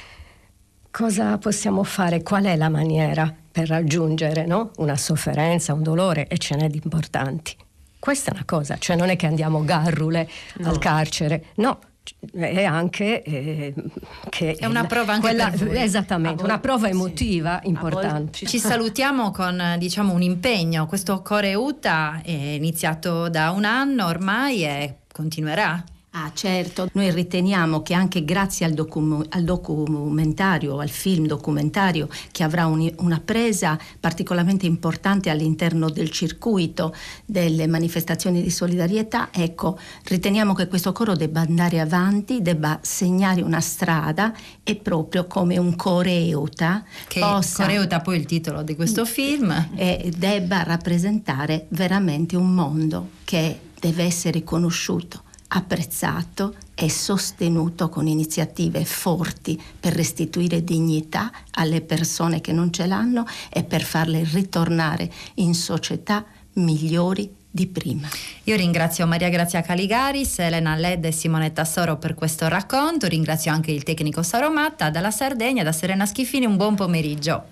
cosa possiamo fare, qual è la maniera per raggiungere, no? Una sofferenza, un dolore, e ce n'è di importanti. Questa è una cosa, cioè non è che andiamo garrule No. al carcere, no, è anche eh, che È una prova anche quella, per voi. esattamente, A una voi- prova sì. emotiva A voi importante. Ci salutiamo con diciamo un impegno. Questo Coreuta è iniziato da un anno ormai e continuerà. Ah, certo, noi riteniamo che anche grazie al, docu- al documentario, al film documentario, che avrà un- una presa particolarmente importante all'interno del circuito delle manifestazioni di solidarietà, ecco, riteniamo che questo coro debba andare avanti, debba segnare una strada, e proprio come un coreuta Che possa Coreuta poi il titolo di questo film. e debba rappresentare veramente un mondo che deve essere conosciuto apprezzato e sostenuto con iniziative forti per restituire dignità alle persone che non ce l'hanno e per farle ritornare in società migliori di prima. Io ringrazio Maria Grazia Caligaris, Elena Led e Simonetta Soro per questo racconto, ringrazio anche il tecnico Saromatta. Dalla Sardegna, da Serena Schifini, un buon pomeriggio.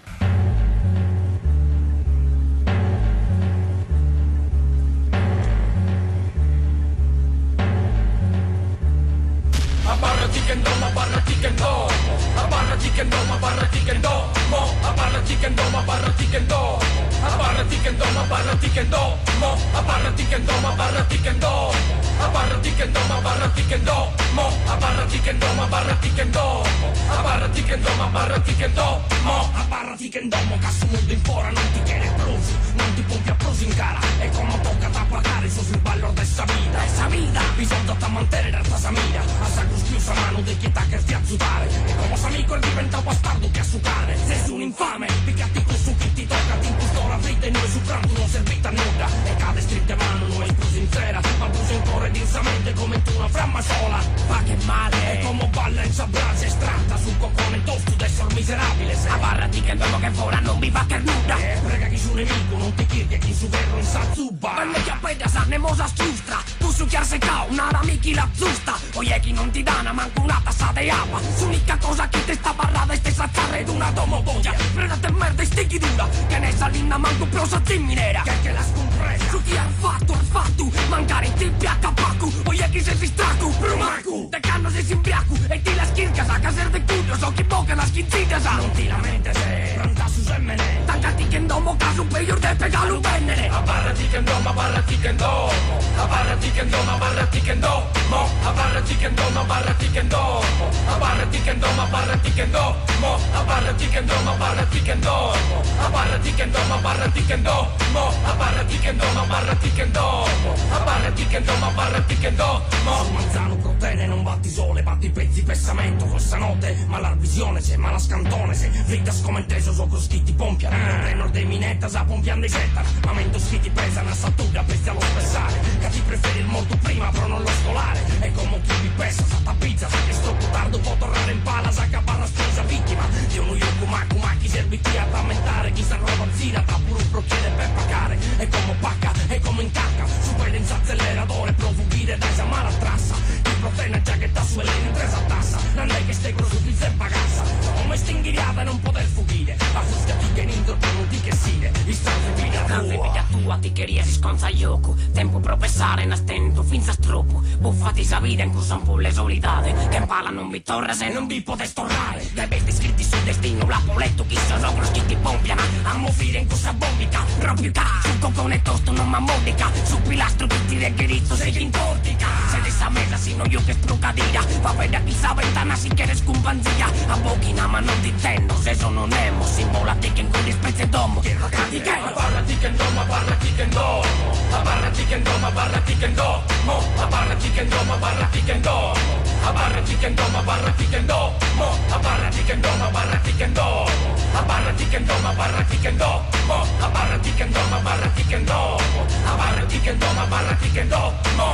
Non ti pompi a prosi in cara, e come tocca a pagare il suo valor dessa vita, essa vita, bisogna da mantenere la tua mira, a sacro schiusa mano di chi che ti azzutare, e come amico è diventato bastardo che a sucare, sei un infame, picchiati con su chi ti tocca, ti impusto la vita e noi su pranzo non servita a nulla, e cade stritte mano, non è più sincera, ma brucia in cuore dinsamente come tu una fiamma sola, fa che male, e come balla in sabrazia estratta, sul coccone tosto d'essere miserabile, se a barra di che l'uomo che fora non mi fa che nulla, e prega chi su nemico, non ti chirchi chi su verro in sazzuba, ma ne chiappetta sa ne mosa schiustra, tu su chiarse cao, una ramichi la zusta, oie chi non ti dana manco una tassa de acqua, l'unica cosa che ti sta parlada è stessa zarre d'una domoboglia, prendete merda e stighi dura, che ne salina manco più sa zimminera, che che la scompresa, su chi ha fatto, ha fatto, mancare in tipi a capacu, oie chi se distraccu, brumacu, de canno se si imbriacu, e ti la schirca sa che serve cuglio, so chi bocca la schizzita sa, non ti lamenta se, pranta su semmene, tancati che ndomo caso peggio te pegalu vennere, a barra ti che ndomo, a barra ti che ndomo, a barra ti che ndomo, a barra ti che ndomo, a barra ti che ndomo, a barra ti che ndomo, a barra ti che ndomo, a barra ti che ndomo, a barra ti che ndomo, a barra ti che ndomo, a barra ti che ndomo, a barra ti che ndomo, a barra ti che ndomo, a barra ti che ndomo, a barra ti che ndomo, a barra ti che ndomo, su manzano crotene non batti sole, batti pezzi pessamento questa notte, ma la visione se ma la scantone se vita scomenteso so con schitti pompia, non tenor dei minetta sa pompiando i setta, ma mento schitti pesa una sattura bestia allo spessare, che ti preferi il morto prima però non lo scolare, e come chi vi pesa sa tapizza, sa che sto tardo può tornare in pala, sa che parla spesa vittima, io non io kuma kuma chi serve chi a lamentare, chi sa roba zina, ta pure un procchiere per pagare, e come pacca, e come incacca, su quelle in acceleratore, profugire dai sa mala trassa, chi profena già che da su e lei in presa tassa, non è che stai con su pizza e pagassa, come stinghiriata e non poter fuggire, la fusca ti che in intro non ti che sire, i stanze vita tua, tua ti che riesi sconza ioco, tempo professare in astento, finza stropo, buffati sa vita in cui son pulle solidate, che in pala non vi torre se non vi potete stornare, dai vesti scritti sul destino, la poletto chi sono con schitti pompiana, a mofire in questa bombica, proprio ca, sul coccone tosto non m'ammodica, sul pilastro che ti reggerizzo sei in portica, se di sa mesa sino io che sprucadira, va bene chi sa ventana si chiede scumpanzia, a bocchina ma non ti tenno, se sono nemo, simbolati che in cui spezze domo, che ragazzi che, a barra ti che ndomo, a barra ti che ndomo, a barra ti che ndomo, a barra ti che ndomo, a barra ti che ndomo, a barra ti che ndomo, a barra ti che ndomo, a barra ti che ndomo, a barra ti che ndomo, a barra ti che ndomo, a barra ti che ndomo, a barra ti che ndomo, a barra ti che ndomo, a barra ti che ndomo, a barra ti che ndomo, a barra ti che ndomo,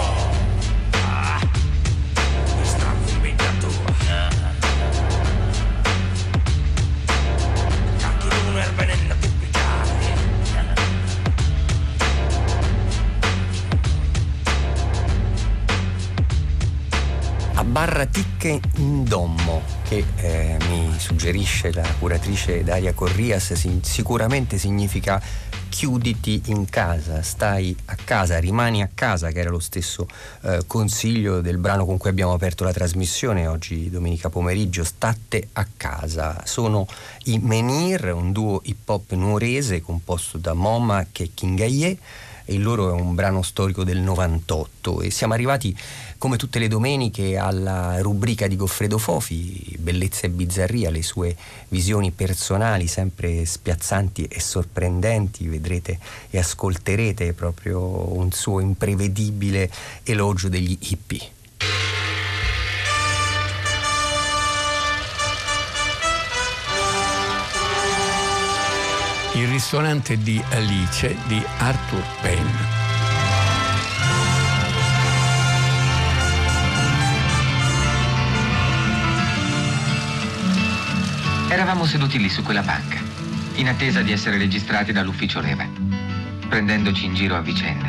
ah, stanza in vita tua, cacchi di un erbenenna tu piccare, a barra ticche in dommo, che eh, mi suggerisce la curatrice Daria Corrias, si, sicuramente significa chiuditi in casa, stai a casa, rimani a casa, che era lo stesso eh, consiglio del brano con cui abbiamo aperto la trasmissione oggi domenica pomeriggio, state a casa. Sono i Menhir, un duo hip hop nuorese composto da Moma e Kingaye, e il loro è un brano storico del novantotto, e siamo arrivati come tutte le domeniche alla rubrica di Goffredo Fofi, Bellezza e bizzarria, le sue visioni personali sempre spiazzanti e sorprendenti. Vedrete e ascolterete proprio un suo imprevedibile elogio degli hippie. Il ristorante di Alice di Arthur Penn. Eravamo seduti lì su quella banca, in attesa di essere registrati dall'ufficio leva, prendendoci in giro a vicenda.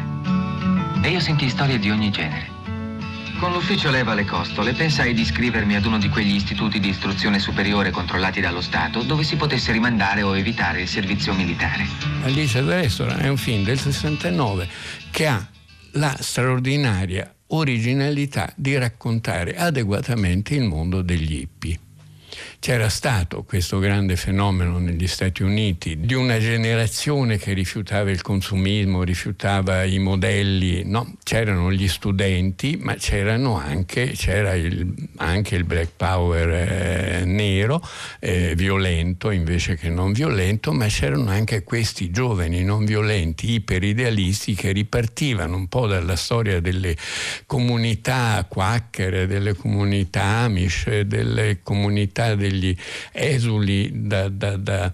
E io sentii storie di ogni genere. Con l'ufficio leva alle costole pensai di iscrivermi ad uno di quegli istituti di istruzione superiore controllati dallo Stato dove si potesse rimandare o evitare il servizio militare. Alice the Restaurant è un film del sessantanove che ha la straordinaria originalità di raccontare adeguatamente il mondo degli hippie. C'era stato questo grande fenomeno negli Stati Uniti di una generazione che rifiutava il consumismo, rifiutava i modelli, no? C'erano gli studenti, ma c'erano anche, c'era il, anche il Black Power eh, nero, eh, violento invece che non violento, ma c'erano anche questi giovani non violenti, iperidealisti, che ripartivano un po' dalla storia delle comunità quacker, delle comunità Amish, delle comunità degli esuli da, da, da,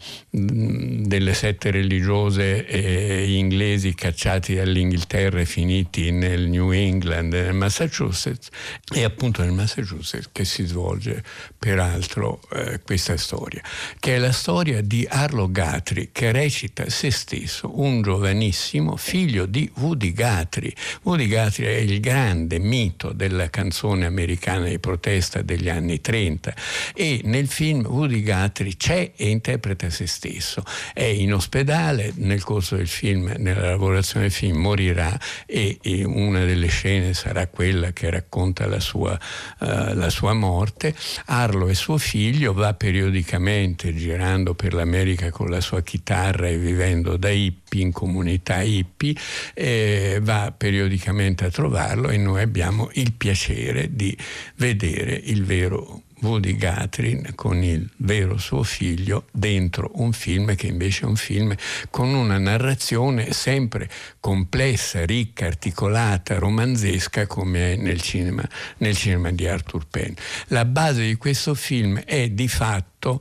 delle sette religiose eh, inglesi cacciati dall'Inghilterra e finiti nel New England, nel Massachusetts, e appunto nel Massachusetts che si svolge peraltro eh, questa storia, che è la storia di Arlo Guthrie, che recita se stesso, un giovanissimo figlio di Woody Guthrie. Woody Guthrie è il grande mito della canzone americana di protesta degli anni trenta, e nel film Woody Guthrie c'è e interpreta se stesso. È in ospedale, nel corso del film, nella lavorazione del film morirà, e, e una delle scene sarà quella che racconta la sua, uh, la sua morte. Arlo è suo figlio, va periodicamente girando per l'America con la sua chitarra e vivendo da hippie in comunità hippie, eh, va periodicamente a trovarlo, e noi abbiamo il piacere di vedere il vero Woody Guthrie con il vero suo figlio dentro un film che invece è un film con una narrazione sempre complessa, ricca, articolata, romanzesca, come è nel cinema, nel cinema di Arthur Penn. La base di questo film è di fatto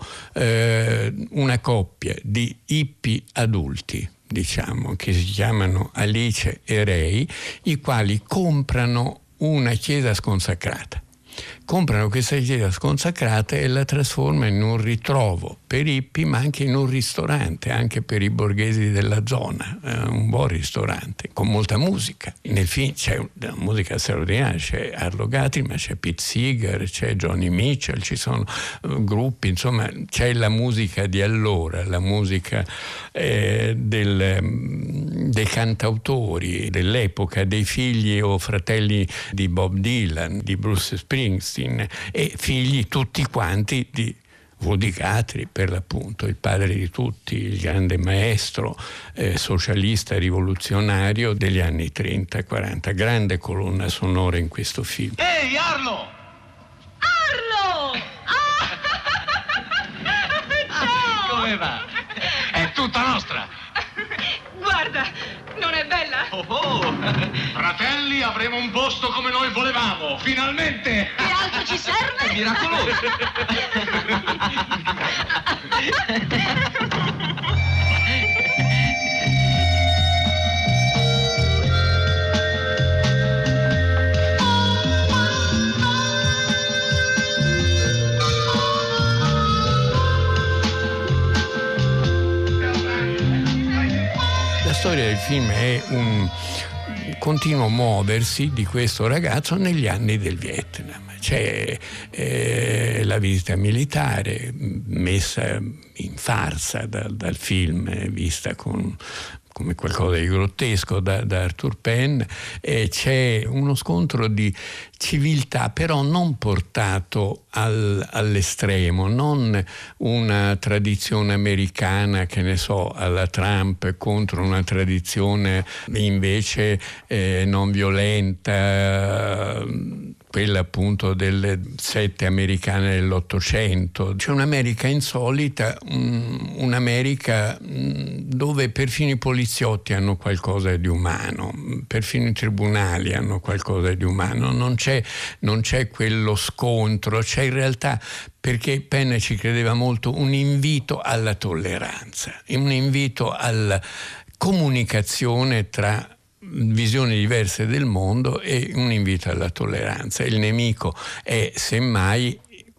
eh, una coppia di hippie adulti, diciamo, che si chiamano Alice e Ray, i quali comprano una chiesa sconsacrata. Comprano questa chiesa sconsacrata e la trasformano in un ritrovo per hippie, ma anche in un ristorante, anche per i borghesi della zona, eh, un buon ristorante, con molta musica. Nel film c'è una musica straordinaria, c'è Arlo Guthrie, ma c'è Pete Seeger, c'è Johnny Mitchell, ci sono uh, gruppi, insomma c'è la musica di allora, la musica eh, del, um, dei cantautori dell'epoca, dei figli o fratelli di Bob Dylan, di Bruce Springsteen, e figli tutti quanti di Woody Guthrie, per l'appunto il padre di tutti, il grande maestro eh, socialista rivoluzionario degli anni trenta quaranta. Grande colonna sonora in questo film. Ehi, Arlo! Arlo! Ciao! Come va? È tutta nostra! Guarda, non è bella? Oh oh! Fratelli, avremo un posto come noi volevamo! Finalmente! Che altro ci serve? È miracoloso! La storia del film è un continuo muoversi di questo ragazzo negli anni del Vietnam. C'è eh, la visita militare messa in farsa da, dal film, vista con come qualcosa di grottesco da, da Arthur Penn, e c'è uno scontro di civiltà, però non portato al, all'estremo, non una tradizione americana, che ne so, alla Trump, contro una tradizione invece eh, non violenta, quella appunto delle sette americane dell'Ottocento. C'è un'America insolita, un, un'America dove perfino i poliziotti hanno qualcosa di umano, perfino i tribunali hanno qualcosa di umano, non c'è, non c'è quello scontro, c'è in realtà, perché Penn ci credeva molto, un invito alla tolleranza, un invito alla comunicazione tra visioni diverse del mondo e un invito alla tolleranza. Il nemico è semmai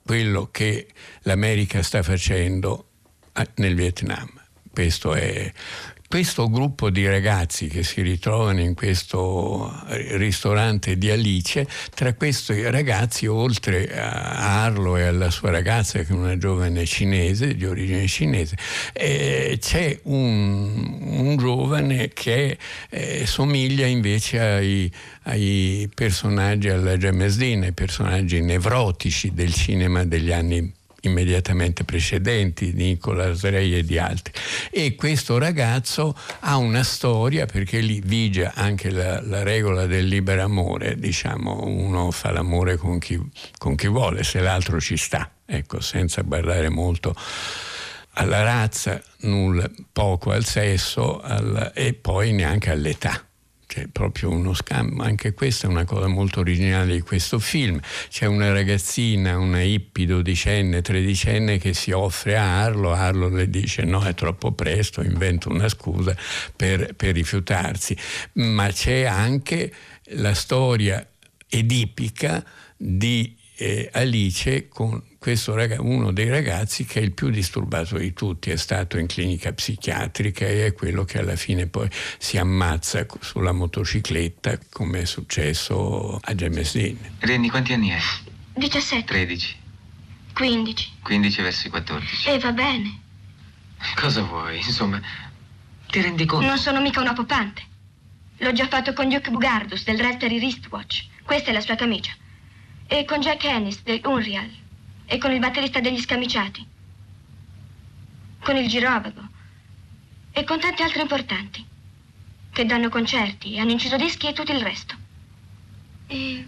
quello che l'America sta facendo nel Vietnam. Questo è questo gruppo di ragazzi che si ritrovano in questo ristorante di Alice. Tra questi ragazzi, oltre a Arlo e alla sua ragazza, che è una giovane cinese, di origine cinese, eh, c'è un, un giovane che eh, somiglia invece ai, ai personaggi, alla James Dean, ai personaggi nevrotici del cinema degli anni immediatamente precedenti, di Nicolas Ray e di altri. E questo ragazzo ha una storia, perché lì vige anche la, la regola del libero amore, diciamo, uno fa l'amore con chi, con chi vuole, se l'altro ci sta, ecco, senza guardare molto alla razza, nulla, poco al sesso al, e poi neanche all'età. C'è proprio uno scambio, anche questa è una cosa molto originale di questo film. C'è una ragazzina, una hippie dodicenne, tredicenne, che si offre a Arlo, Arlo le dice no, è troppo presto, inventa una scusa per, per rifiutarsi. Ma c'è anche la storia edipica di eh, Alice con questo ragazzo, uno dei ragazzi che è il più disturbato di tutti, è stato in clinica psichiatrica e è quello che alla fine poi si ammazza sulla motocicletta, come è successo a James Dean. Renny, quanti anni hai? diciassette. tredici. quindici. quindici verso i quattordici. E va bene. Cosa vuoi? Insomma, ti rendi conto? Non sono mica una popante. L'ho già fatto con Duke Bugardus del Raspberry Wristwatch. Questa è la sua camicia. E con Jack Ennis del Unreal. E con il batterista degli Scamiciati. Con il Girovago. E con tanti altri importanti. Che danno concerti, hanno inciso dischi e tutto il resto. E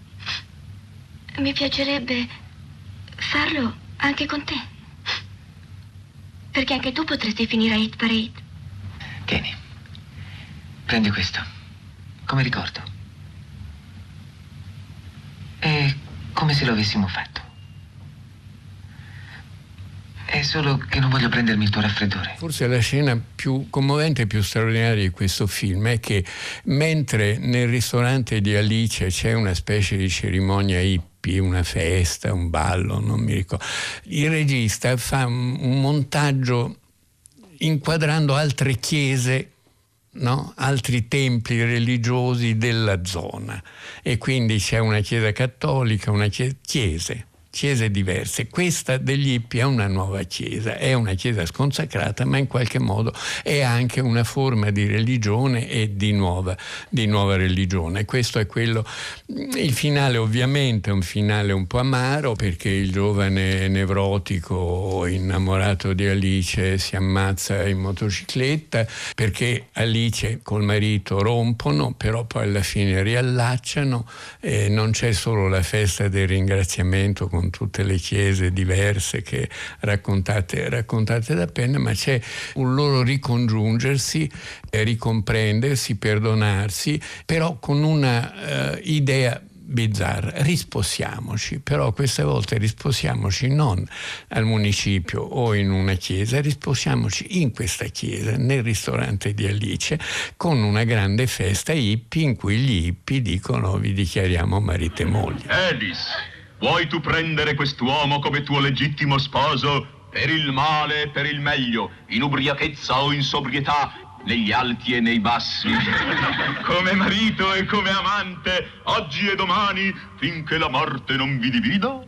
mi piacerebbe farlo anche con te. Perché anche tu potresti finire a Hit Parade. Tieni. Prendi questo. Come ricordo. È come se lo avessimo fatto. È solo che non voglio prendermi il tuo raffreddore. Forse la scena più commovente e più straordinaria di questo film è che mentre nel ristorante di Alice c'è una specie di cerimonia hippie, una festa, un ballo, non mi ricordo, il regista fa un montaggio inquadrando altre chiese, no? Altri templi religiosi della zona, e quindi c'è una chiesa cattolica, una chiesa, chiese chiese diverse. Questa degli hippie è una nuova chiesa, è una chiesa sconsacrata, ma in qualche modo è anche una forma di religione e di nuova, di nuova religione. Questo è quello. Il finale ovviamente è un finale un po' amaro, perché il giovane nevrotico innamorato di Alice si ammazza in motocicletta, perché Alice col marito rompono, però poi alla fine riallacciano, e non c'è solo la festa del ringraziamento con tutte le chiese diverse che raccontate, raccontate da Penna, ma c'è un loro ricongiungersi, eh, ricomprendersi, perdonarsi, però con una uh, idea bizzarra: risposiamoci, però questa volta risposiamoci non al municipio o in una chiesa, risposiamoci in questa chiesa, nel ristorante di Alice, con una grande festa hippie in cui gli hippie dicono vi dichiariamo marito e moglie. Alice, vuoi tu prendere quest'uomo come tuo legittimo sposo per il male e per il meglio, in ubriachezza o in sobrietà, negli alti e nei bassi, come marito e come amante, oggi e domani, finché la morte non vi divida?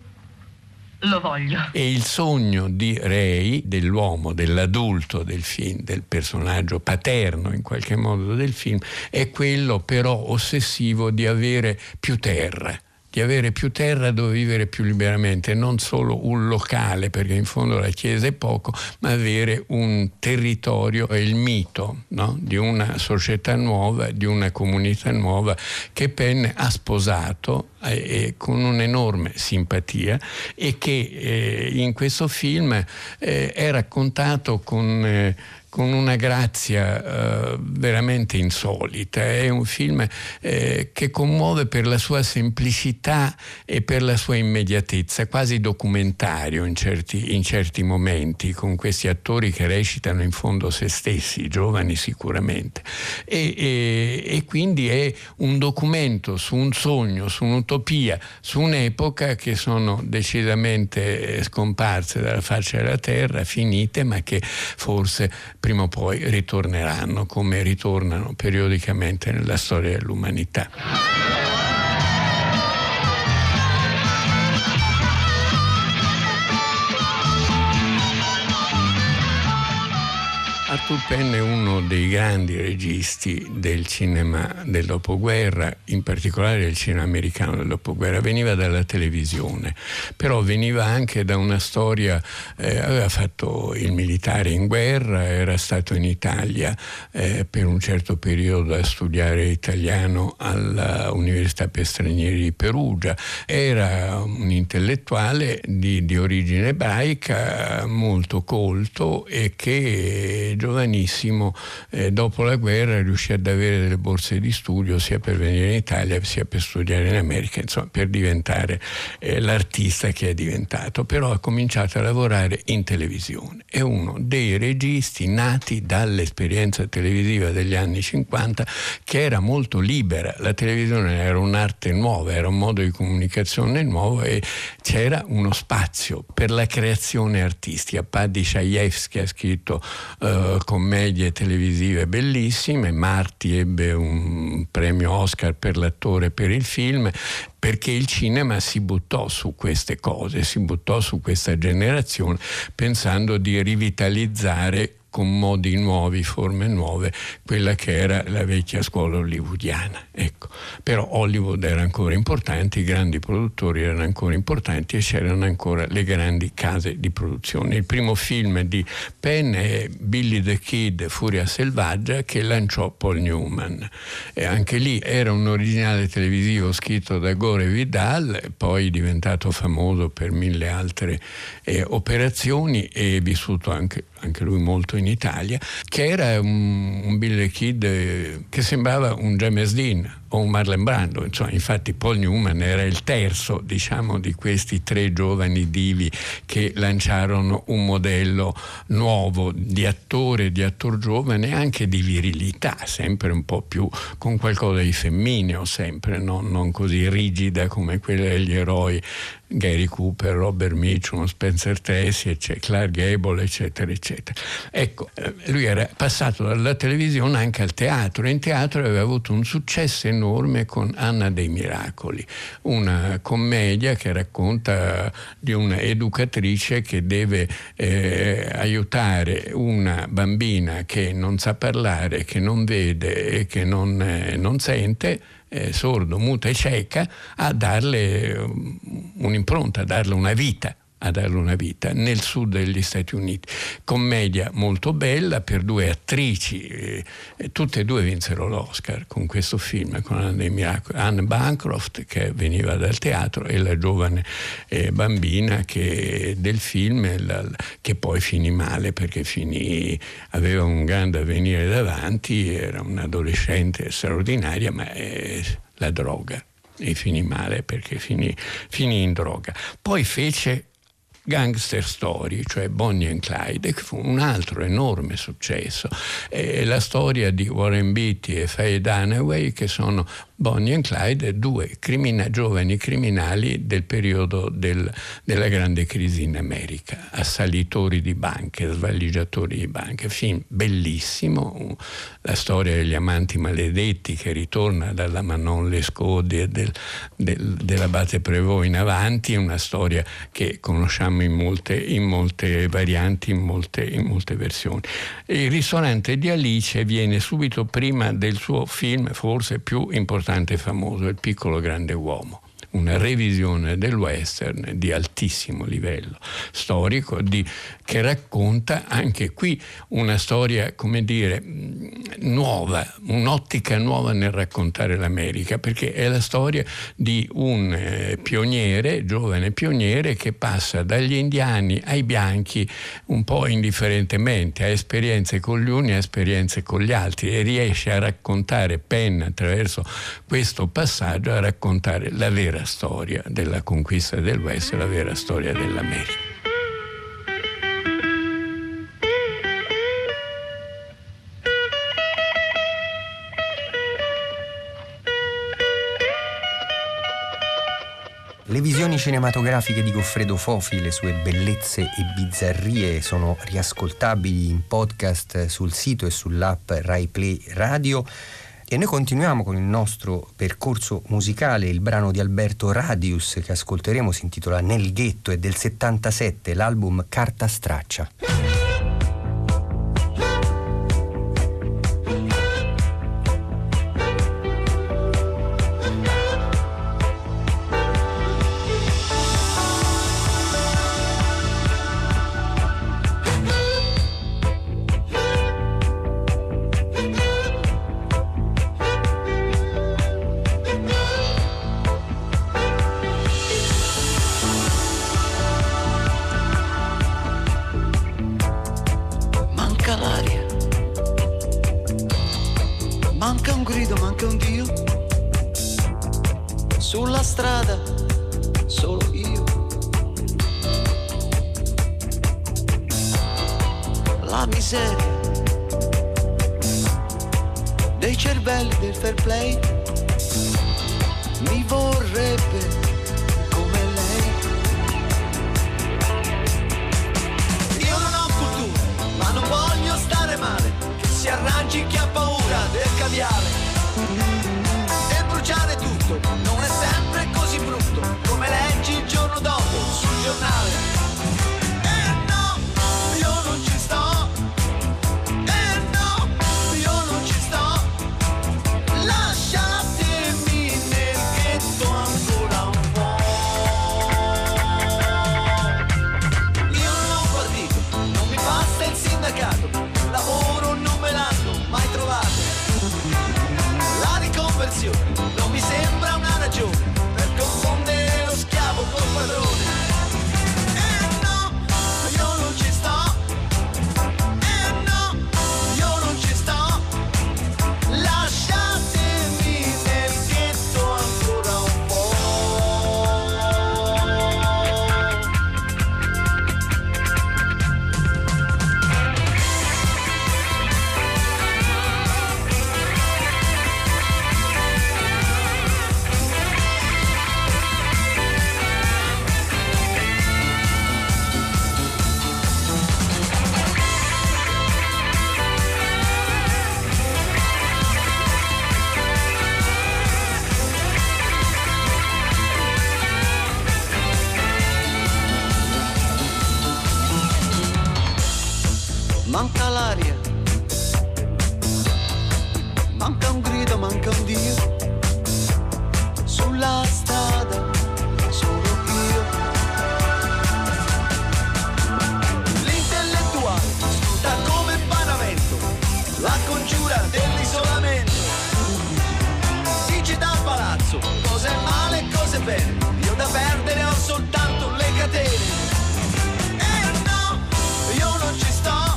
Lo voglio. E il sogno di Ray, dell'uomo, dell'adulto del film, del personaggio paterno in qualche modo del film, è quello però ossessivo di avere più terra. di avere più terra dove vivere più liberamente, non solo un locale, perché in fondo la chiesa è poco, ma avere un territorio, è il mito, no? Di una società nuova, di una comunità nuova che Penn ha sposato eh, con un'enorme simpatia, e che eh, in questo film eh, è raccontato con eh, con una grazia uh, veramente insolita. È un film eh, che commuove per la sua semplicità e per la sua immediatezza, quasi documentario in certi, in certi momenti, con questi attori che recitano in fondo se stessi, giovani sicuramente. E, e, e quindi è un documento su un sogno, su, un, un'utopia su un'epoca che sono decisamente scomparse dalla faccia della terra, finite, ma che forse prima o poi ritorneranno, come ritornano periodicamente nella storia dell'umanità. Arthur Penn è uno dei grandi registi del cinema del dopoguerra, in particolare del cinema americano del dopoguerra. Veniva dalla televisione, però veniva anche da una storia, eh, aveva fatto il militare in guerra, era stato in Italia eh, per un certo periodo a studiare italiano all'Università per Stranieri di Perugia, era un intellettuale di, di origine ebraica, molto colto, e che giovanissimo, eh, dopo la guerra riuscì ad avere delle borse di studio sia per venire in Italia sia per studiare in America, insomma per diventare eh, l'artista che è diventato. Però ha cominciato a lavorare in televisione. È uno dei registi nati dall'esperienza televisiva degli anni cinquanta, che era molto libera. La televisione era un'arte nuova, era un modo di comunicazione nuovo, e c'era uno spazio per la creazione artistica. Paddy Chayefsky ha scritto uh, commedie televisive bellissime, Marty ebbe un premio Oscar per l'attore e per il film, perché il cinema si buttò su queste cose, si buttò su questa generazione pensando di rivitalizzare con modi nuovi, forme nuove, quella che era la vecchia scuola hollywoodiana. Ecco. Però Hollywood era ancora importante, i grandi produttori erano ancora importanti e c'erano ancora le grandi case di produzione. Il primo film di Penn è Billy the Kid, Furia selvaggia, che lanciò Paul Newman. E anche lì era un originale televisivo scritto da Gore Vidal, poi diventato famoso per mille altre eh, operazioni, e vissuto anche, anche lui molto in Italia, che era un, un Billy the Kid eh, che sembrava un James Dean o un Marlon Brando. Insomma, infatti Paul Newman era il terzo, diciamo, di questi tre giovani divi che lanciarono un modello nuovo di attore, di attor giovane, anche di virilità, sempre un po' più con qualcosa di femmineo, sempre non, non così rigida come quella degli eroi Gary Cooper, Robert Mitchum, Spencer Tracy, Clark Gable, eccetera, eccetera. Ecco, lui era passato dalla televisione anche al teatro, e in teatro aveva avuto un successo enorme con Anna dei Miracoli, una commedia che racconta di una educatrice che deve eh, aiutare una bambina che non sa parlare, che non vede e che non, eh, non sente, Eh, sordo, muta e cieca, a darle un'impronta, a darle una vita, a darle una vita nel sud degli Stati Uniti. Commedia molto bella per due attrici, eh, tutte e due vinsero l'Oscar con questo film, con Anna dei Miracoli, Anne Bancroft, che veniva dal teatro, e la giovane eh, bambina che, del film, la, che poi finì male, perché finì, aveva un grande avvenire davanti, era un'adolescente straordinaria, ma eh, la droga, e finì male perché finì, finì in droga. Poi fece Gangster Story, cioè Bonnie and Clyde, che fu un altro enorme successo. È la storia di Warren Beatty e Faye Dunaway, che sono Bonnie and Clyde, due crimina- giovani criminali del periodo del, della grande crisi in America, assalitori di banche, svaligiatori di banche. Film bellissimo, la storia degli amanti maledetti che ritorna dalla Manon Lescaut e del, del, dell'abate Prévost in avanti, una storia che conosciamo in molte, in molte varianti, in molte, in molte versioni. Il ristorante di Alice viene subito prima del suo film forse più importante e famoso, Il piccolo grande uomo, una revisione del western di altissimo livello storico, di, che racconta anche qui una storia, come dire, nuova, un'ottica nuova nel raccontare l'America, perché è la storia di un eh, pioniere, giovane pioniere, che passa dagli indiani ai bianchi un po' indifferentemente, ha esperienze con gli uni, ha esperienze con gli altri, e riesce a raccontare, Penn, attraverso questo passaggio, a raccontare la vera storia della conquista del West, la vera storia dell'America. Le visioni cinematografiche di Goffredo Fofi, le sue bellezze e bizzarrie sono riascoltabili in podcast sul sito e sull'app Rai Play Radio. E noi continuiamo con il nostro percorso musicale. Il brano di Alberto Radius che ascolteremo si intitola Nel ghetto, è del settantasette, l'album Carta straccia. Sulla strada solo io, la miseria dei cervelli del fair play mi vorrebbe come lei. Io non ho cultura, ma non voglio stare male, che si arrangi chi ha paura del caviale e bruciare tutto. Non è sempre così brutto come leggi il giorno dopo sul giornale. Eh no, io non ci sto. Eh no, io non ci sto. Lasciatemi nel ghetto ancora un po'. Io non ho un partito, non mi basta il sindacato, lavoro non me l'hanno mai trovato. La riconversione non mi sembra una ragione per confondere lo schiavo col padrone. Eh no, io non ci sto. Eh no, io non ci sto. Lasciatemi nel ghetto ancora un po'. Manca l'aria, manca un grido, manca un Dio. Sulla strada solo io. L'intellettuale sta come Panamento, la congiura dell'isolamento. Dice dal palazzo cosa è male e cosa è bene. Io da perdere ho soltanto le catene. Eh no, io non ci sto.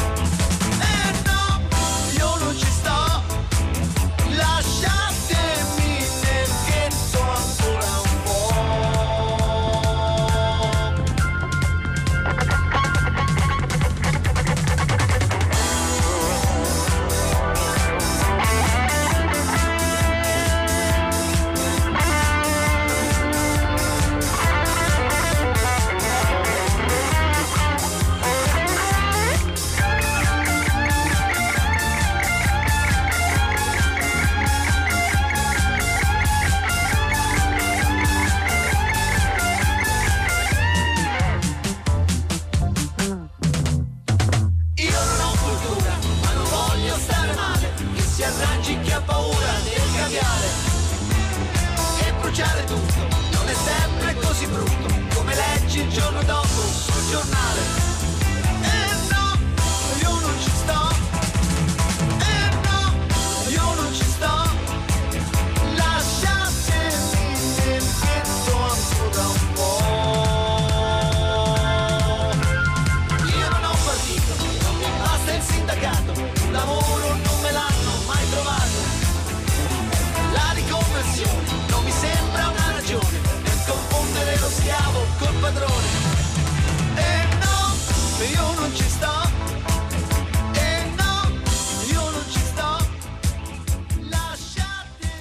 Lasciatemi nel ghetto ancora un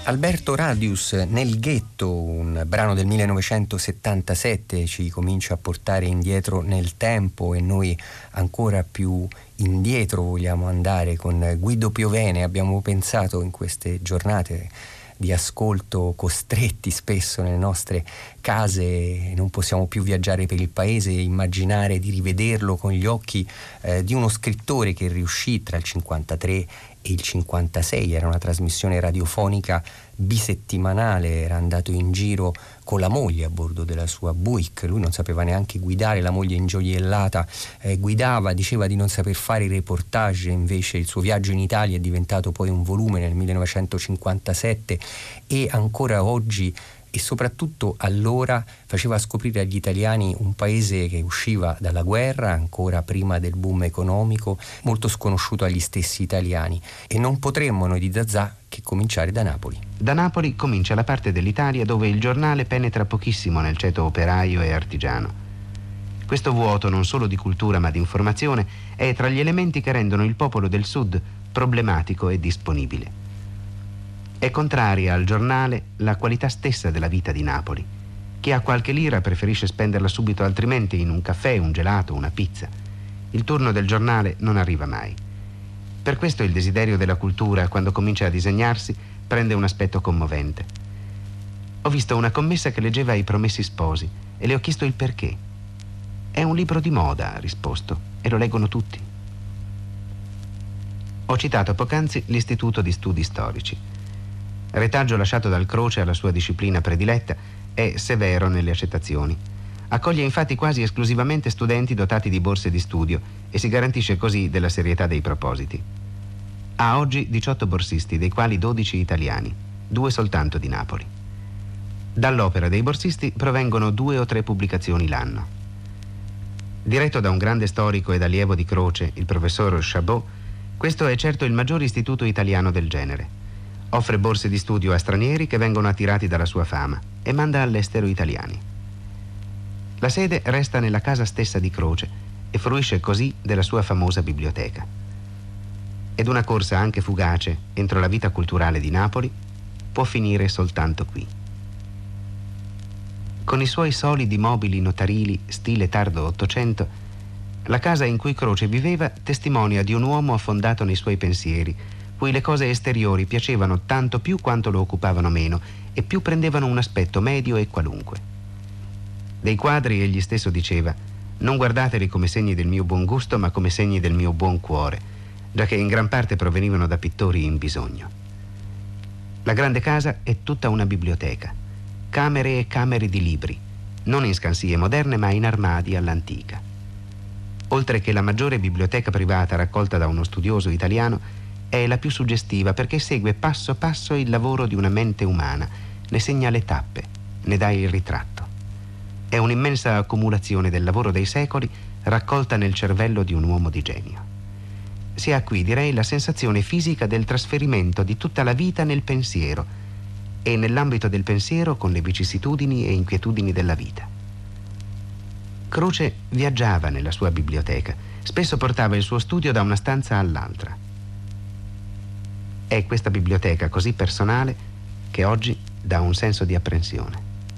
Alberto Radius, Nel ghetto, un brano del millenovecentosettantasette, ci comincia a portare indietro nel tempo e noi ancora più indietro vogliamo andare con Guido Piovene. Abbiamo pensato in queste giornate di ascolto costretti spesso nelle nostre case, non possiamo più viaggiare per il paese, immaginare di rivederlo con gli occhi eh, di uno scrittore che riuscì tra il cinquantatré e il cinquantasei, era una trasmissione radiofonica bisettimanale, era andato in giro con la moglie a bordo della sua Buick, lui non sapeva neanche guidare, la moglie ingioiellata eh, guidava, diceva di non saper fare i reportage, invece il suo viaggio in Italia è diventato poi un volume nel millenovecentocinquantasette e ancora oggi e soprattutto allora faceva scoprire agli italiani un paese che usciva dalla guerra, ancora prima del boom economico, molto sconosciuto agli stessi italiani. E non potremmo noi di Zazà che cominciare da Napoli. Da Napoli comincia la parte dell'Italia dove il giornale penetra pochissimo nel ceto operaio e artigiano. Questo vuoto, non solo di cultura ma di informazione, è tra gli elementi che rendono il popolo del Sud problematico e disponibile. È contraria al giornale la qualità stessa della vita di Napoli. Chi ha qualche lira preferisce spenderla subito, altrimenti in un caffè, un gelato, una pizza. Il turno del giornale non arriva mai. Per questo il desiderio della cultura, quando comincia a disegnarsi, prende un aspetto commovente. Ho visto una commessa che leggeva I Promessi Sposi e le ho chiesto il perché. È un libro di moda, ha risposto, e lo leggono tutti. Ho citato poc'anzi l'Istituto di Studi Storici. Retaggio lasciato dal Croce alla sua disciplina prediletta, è severo nelle accettazioni. Accoglie infatti quasi esclusivamente studenti dotati di borse di studio e si garantisce così della serietà dei propositi. Ha oggi diciotto borsisti, dei quali dodici italiani, due soltanto di Napoli. Dall'opera dei borsisti provengono due o tre pubblicazioni l'anno. Diretto da un grande storico ed allievo di Croce, il professor Chabot, questo è certo il maggior istituto italiano del genere. Offre borse di studio a stranieri che vengono attirati dalla sua fama e manda all'estero italiani. La sede resta nella casa stessa di Croce e fruisce così della sua famosa biblioteca. Ed una corsa anche fugace entro la vita culturale di Napoli può finire soltanto qui. Con i suoi solidi mobili notarili stile tardo Ottocento, la casa in cui Croce viveva testimonia di un uomo affondato nei suoi pensieri, cui le cose esteriori piacevano tanto più quanto lo occupavano meno e più prendevano un aspetto medio e qualunque. Dei quadri egli stesso diceva: non guardateli come segni del mio buon gusto, ma come segni del mio buon cuore, giacché in gran parte provenivano da pittori in bisogno. La grande casa è tutta una biblioteca, camere e camere di libri, non in scansie moderne ma in armadi all'antica. Oltre che la maggiore biblioteca privata raccolta da uno studioso italiano, è la più suggestiva perché segue passo passo il lavoro di una mente umana, ne segna le tappe, ne dà il ritratto. È un'immensa accumulazione del lavoro dei secoli raccolta nel cervello di un uomo di genio. Si ha qui, direi, la sensazione fisica del trasferimento di tutta la vita nel pensiero e nell'ambito del pensiero con le vicissitudini e inquietudini della vita. Croce viaggiava nella sua biblioteca, spesso portava il suo studio da una stanza all'altra. È questa biblioteca così personale che oggi dà un senso di apprensione.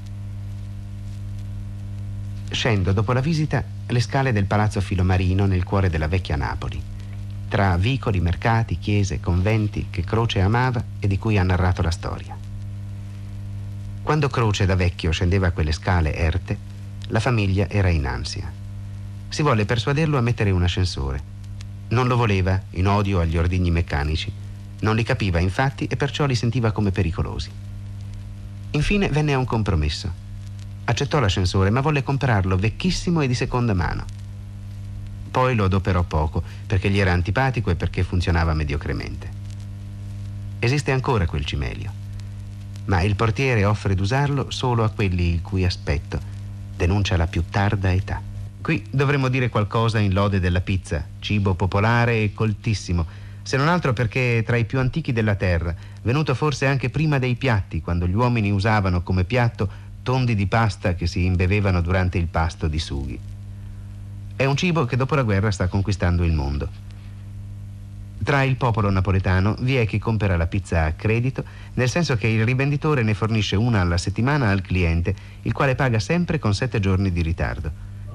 Scendo dopo la visita le scale del Palazzo Filomarino nel cuore della vecchia Napoli, tra vicoli, mercati, chiese, conventi che Croce amava e di cui ha narrato la storia. Quando Croce da vecchio scendeva quelle scale erte, la famiglia era in ansia. Si volle persuaderlo a mettere un ascensore. Non lo voleva, in odio agli ordigni meccanici. Non li capiva infatti e perciò li sentiva come pericolosi. Infine venne a un compromesso. Accettò l'ascensore ma volle comprarlo vecchissimo e di seconda mano. Poi lo adoperò poco perché gli era antipatico e perché funzionava mediocremente. Esiste ancora quel cimelio, ma il portiere offre d'usarlo solo a quelli il cui aspetto denuncia la più tarda età. Qui dovremmo dire qualcosa in lode della pizza, cibo popolare e coltissimo, se non altro perché è tra i più antichi della terra, venuto forse anche prima dei piatti, quando gli uomini usavano come piatto tondi di pasta che si imbevevano durante il pasto di sughi. È un cibo che dopo la guerra sta conquistando il mondo. Tra il popolo napoletano vi è chi compra la pizza a credito, nel senso che il rivenditore ne fornisce una alla settimana al cliente, il quale paga sempre con sette giorni di ritardo.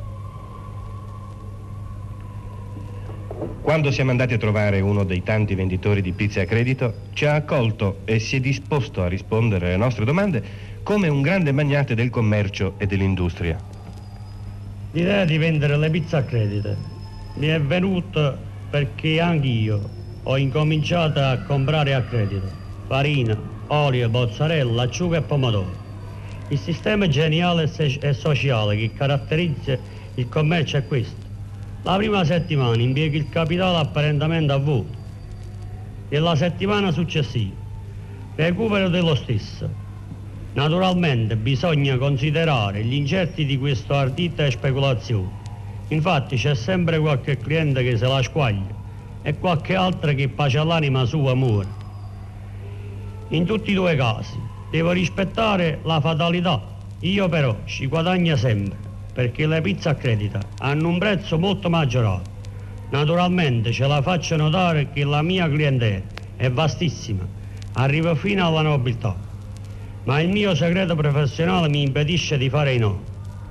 Quando siamo andati a trovare uno dei tanti venditori di pizze a credito, ci ha accolto e si è disposto a rispondere alle nostre domande come un grande magnate del commercio e dell'industria. L'idea di vendere le pizze a credito mi è venuta perché anch'io ho incominciato a comprare a credito farina, olio, mozzarella, acciughe e pomodori. Il sistema geniale e sociale che caratterizza il commercio è questo. La prima settimana impieghi il capitale apparentemente a vuoto e la settimana successiva recupero dello stesso. Naturalmente bisogna considerare gli incerti di questa ardita speculazione. Infatti c'è sempre qualche cliente che se la squaglia e qualche altro che pace l'anima sua muore. In tutti i due casi devo rispettare la fatalità. Io però ci guadagno sempre, perché le pizze a credito hanno un prezzo molto maggiorato. Naturalmente ce la faccio notare che la mia clientela è vastissima, arrivo fino alla nobiltà, ma il mio segreto professionale mi impedisce di fare i no.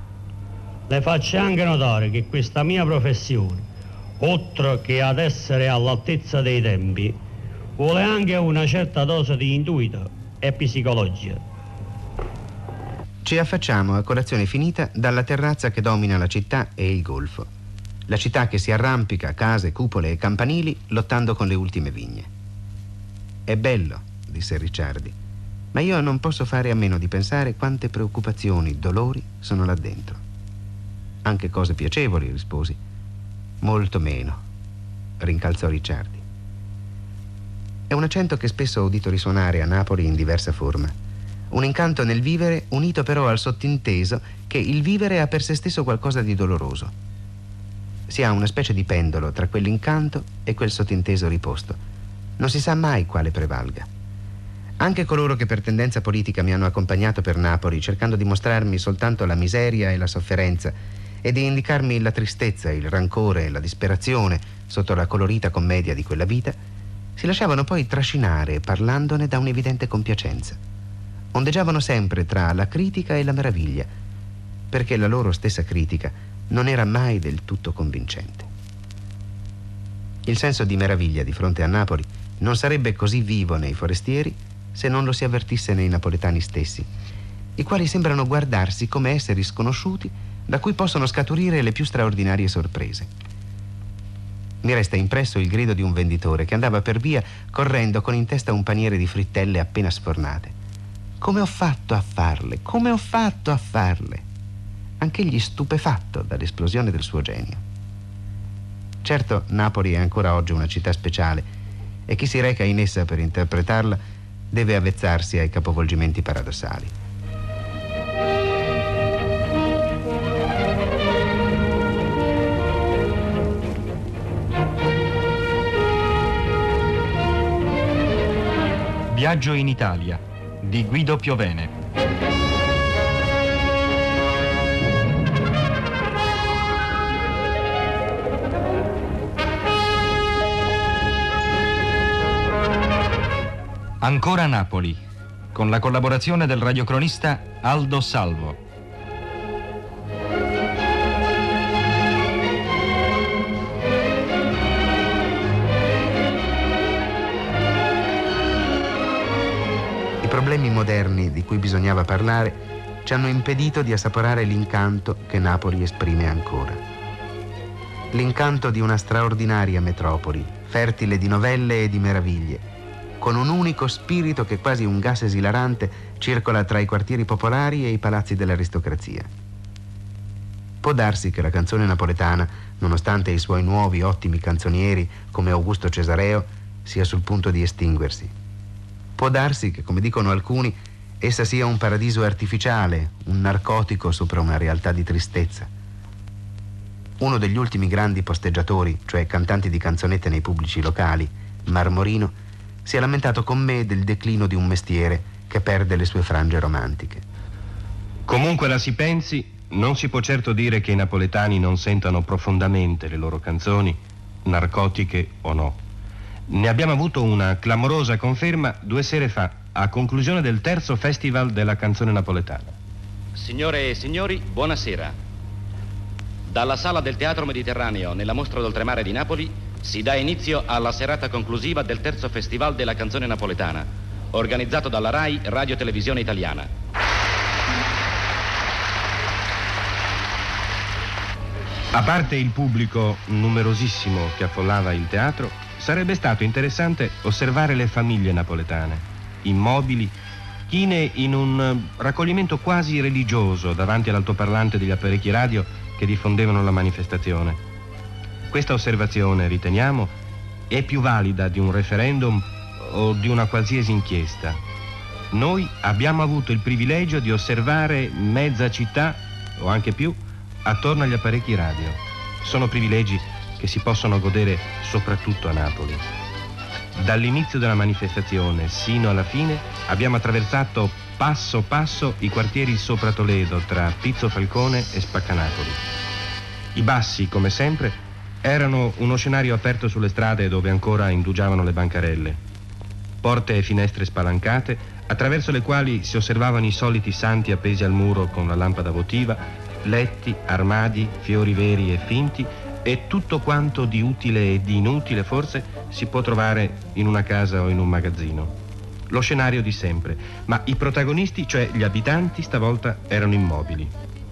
Le faccio anche notare che questa mia professione, oltre che ad essere all'altezza dei tempi, vuole anche una certa dose di intuito e psicologia. Ci affacciamo a colazione finita dalla terrazza che domina la città e il golfo. La città che si arrampica, case, cupole e campanili, lottando con le ultime vigne. È bello, disse Ricciardi, ma io non posso fare a meno di pensare quante preoccupazioni, dolori sono là dentro. Anche cose piacevoli, risposi. Molto meno, rincalzò Ricciardi. È un accento che spesso ho udito risuonare a Napoli in diversa forma. Un incanto nel vivere, unito però al sottinteso che il vivere ha per se stesso qualcosa di doloroso. Si ha una specie di pendolo tra quell'incanto e quel sottinteso riposto. Non si sa mai quale prevalga. Anche coloro che per tendenza politica mi hanno accompagnato per Napoli, cercando di mostrarmi soltanto la miseria e la sofferenza e di indicarmi la tristezza, il rancore e la disperazione sotto la colorita commedia di quella vita, si lasciavano poi trascinare parlandone da un'evidente compiacenza. Ondeggiavano sempre tra la critica e la meraviglia, perché la loro stessa critica non era mai del tutto convincente. Il senso di meraviglia di fronte a Napoli non sarebbe così vivo nei forestieri se non lo si avvertisse nei napoletani stessi, i quali sembrano guardarsi come esseri sconosciuti da cui possono scaturire le più straordinarie sorprese. Mi resta impresso il grido di un venditore che andava per via correndo con in testa un paniere di frittelle appena sfornate. Come ho fatto a farle? Come ho fatto a farle? Anch'egli stupefatto dall'esplosione del suo genio. Certo, Napoli è ancora oggi una città speciale e chi si reca in essa per interpretarla deve avvezzarsi ai capovolgimenti paradossali. Viaggio in Italia di Guido Piovene. Ancora Napoli, con la collaborazione del radiocronista Aldo Salvo. I problemi moderni di cui bisognava parlare ci hanno impedito di assaporare l'incanto che Napoli esprime ancora. L'incanto di una straordinaria metropoli, fertile di novelle e di meraviglie, con un unico spirito che quasi un gas esilarante circola tra i quartieri popolari e i palazzi dell'aristocrazia. Può darsi che la canzone napoletana, nonostante i suoi nuovi ottimi canzonieri come Augusto Cesareo, sia sul punto di estinguersi. Può darsi che, come dicono alcuni, essa sia un paradiso artificiale, un narcotico sopra una realtà di tristezza. Uno degli ultimi grandi posteggiatori, cioè cantanti di canzonette nei pubblici locali, Marmorino, si è lamentato con me del declino di un mestiere che perde le sue frange romantiche. Comunque la si pensi, non si può certo dire che i napoletani non sentano profondamente le loro canzoni, narcotiche o no. Ne abbiamo avuto una clamorosa conferma due sere fa, a conclusione del terzo Festival della canzone napoletana. Signore e signori, buonasera. Dalla sala del Teatro Mediterraneo nella Mostra d'Oltremare di Napoli si dà inizio alla serata conclusiva del terzo Festival della canzone napoletana, organizzato dalla RAI Radio Televisione Italiana. A parte il pubblico numerosissimo che affollava il teatro, sarebbe stato interessante osservare le famiglie napoletane, immobili, chine in un raccoglimento quasi religioso davanti all'altoparlante degli apparecchi radio che diffondevano la manifestazione. Questa osservazione, riteniamo, è più valida di un referendum o di una qualsiasi inchiesta. Noi abbiamo avuto il privilegio di osservare mezza città, o anche più, attorno agli apparecchi radio. Sono privilegi che si possono godere soprattutto a Napoli. Dall'inizio della manifestazione sino alla fine abbiamo attraversato passo passo i quartieri sopra Toledo, tra Pizzo Falcone e Spaccanapoli. I bassi, come sempre, erano uno scenario aperto sulle strade dove ancora indugiavano le bancarelle. Porte e finestre spalancate, attraverso le quali si osservavano i soliti santi appesi al muro con la lampada votiva, letti, armadi, fiori veri e finti, e tutto quanto di utile e di inutile forse si può trovare in una casa o in un magazzino. Lo scenario di sempre, ma i protagonisti, cioè gli abitanti, stavolta erano immobili.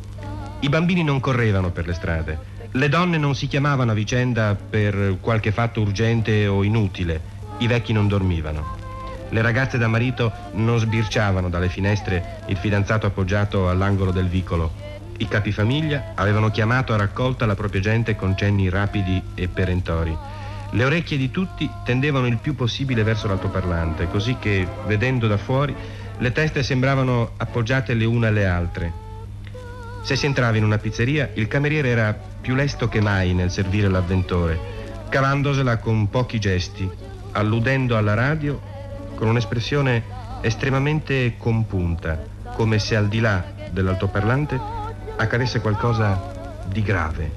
I bambini non correvano per le strade, le donne non si chiamavano a vicenda per qualche fatto urgente o inutile, i vecchi non dormivano. Le ragazze da marito non sbirciavano dalle finestre il fidanzato appoggiato all'angolo del vicolo. I capifamiglia avevano chiamato a raccolta la propria gente con cenni rapidi e perentori. Le orecchie di tutti tendevano il più possibile verso l'altoparlante, così che, vedendo da fuori, le teste sembravano appoggiate le une alle altre. Se si entrava in una pizzeria, il cameriere era più lesto che mai nel servire l'avventore, cavandosela con pochi gesti, alludendo alla radio con un'espressione estremamente compunta, come se al di là dell'altoparlante accadesse qualcosa di grave.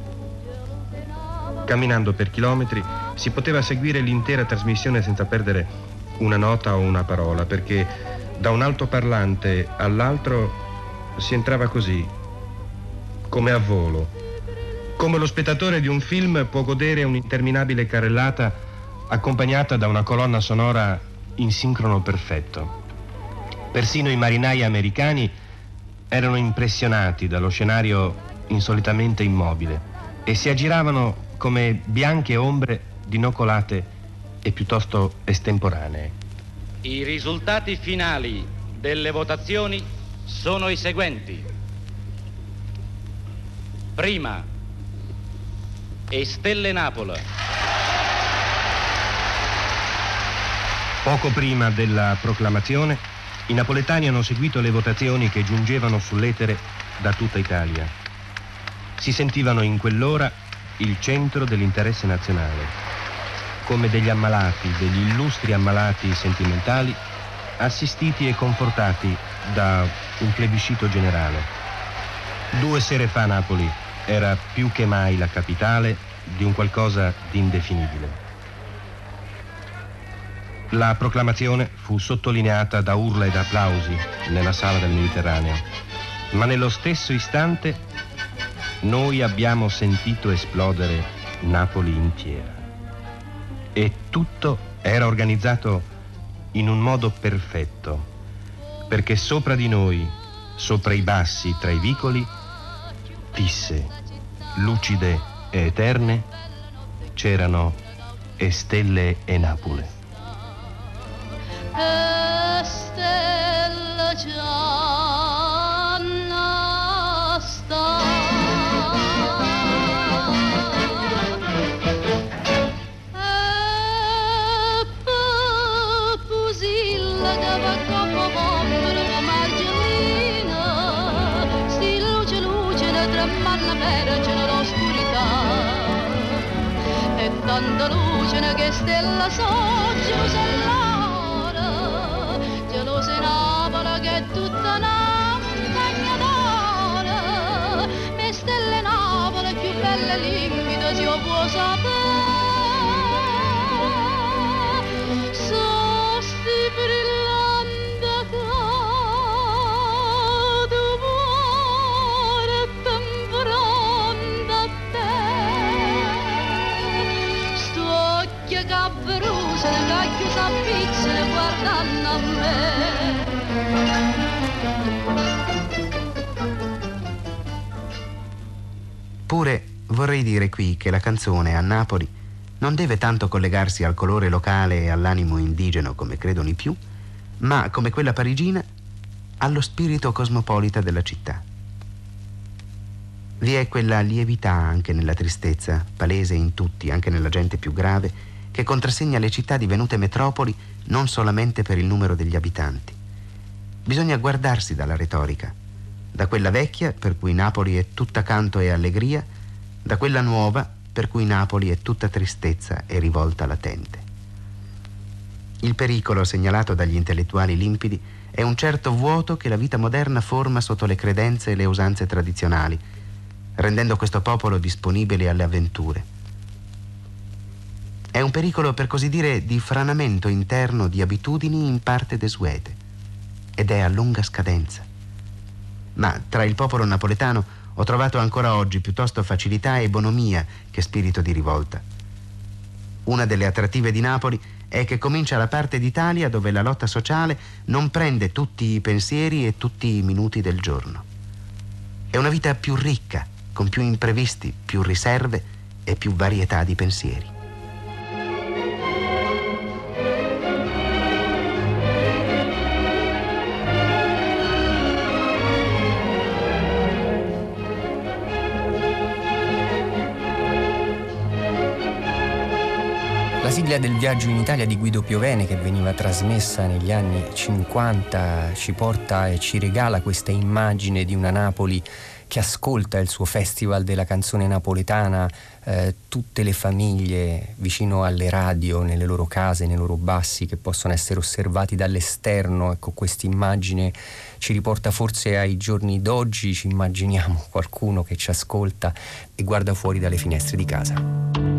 Camminando per chilometri si poteva seguire l'intera trasmissione senza perdere una nota o una parola, perché da un altoparlante all'altro si entrava così, come a volo, come lo spettatore di un film può godere un'interminabile carrellata accompagnata da una colonna sonora in sincrono perfetto. Persino i marinai americani erano impressionati dallo scenario insolitamente immobile e si aggiravano come bianche ombre dinocolate e piuttosto estemporanee. I risultati finali delle votazioni sono i seguenti. Prima, Estelle Napola. Poco prima della proclamazione, i napoletani hanno seguito le votazioni che giungevano sull'etere da tutta Italia. Si sentivano in quell'ora il centro dell'interesse nazionale, come degli ammalati, degli illustri ammalati sentimentali, assistiti e confortati da un plebiscito generale. Due sere fa Napoli era più che mai la capitale di un qualcosa di indefinibile. La proclamazione fu sottolineata da urla ed applausi nella sala del Mediterraneo, ma nello stesso istante noi abbiamo sentito esplodere Napoli intera. E tutto era organizzato in un modo perfetto, perché sopra di noi, sopra i bassi, tra i vicoli, fisse, lucide e eterne, c'erano Estelle e Napoli. Stella gialla sta e papusilla che va troppo povera la margellina sti luce luce da tremalla per c'è l'oscurità e tanta luce che stella soggia usella gelosa Napoli che è tutta una montagna d'oro, me stelle Napoli più belle e limpide si può sapere. Abruzzo, che chiusa a pizze, guardando a me. Pure vorrei dire qui che la canzone a Napoli non deve tanto collegarsi al colore locale e all'animo indigeno come credono i più, ma come quella parigina allo spirito cosmopolita della città. Vi è quella lievità anche nella tristezza, palese in tutti, anche nella gente più grave, che contrassegna le città divenute metropoli non solamente per il numero degli abitanti. Bisogna guardarsi dalla retorica, da quella vecchia per cui Napoli è tutta canto e allegria, da quella nuova per cui Napoli è tutta tristezza e rivolta latente. Il pericolo segnalato dagli intellettuali limpidi è un certo vuoto che la vita moderna forma sotto le credenze e le usanze tradizionali, rendendo questo popolo disponibile alle avventure. È un pericolo, per così dire, di franamento interno di abitudini in parte desuete, ed è a lunga scadenza. Ma tra il popolo napoletano ho trovato ancora oggi piuttosto facilità e bonomia che spirito di rivolta. Una delle attrattive di Napoli è che comincia la parte d'Italia dove la lotta sociale non prende tutti i pensieri e tutti i minuti del giorno. È una vita più ricca, con più imprevisti, più riserve e più varietà di pensieri. La sigla del viaggio in Italia di Guido Piovene, che veniva trasmessa negli anni cinquanta, ci porta e ci regala questa immagine di una Napoli che ascolta il suo festival della canzone napoletana, eh, tutte le famiglie vicino alle radio, nelle loro case, nei loro bassi, che possono essere osservati dall'esterno. Ecco, questa immagine ci riporta forse ai giorni d'oggi, ci immaginiamo qualcuno che ci ascolta e guarda fuori dalle finestre di casa.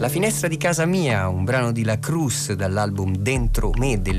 La finestra di casa mia, un brano di La Cruz dall'album Dentro me del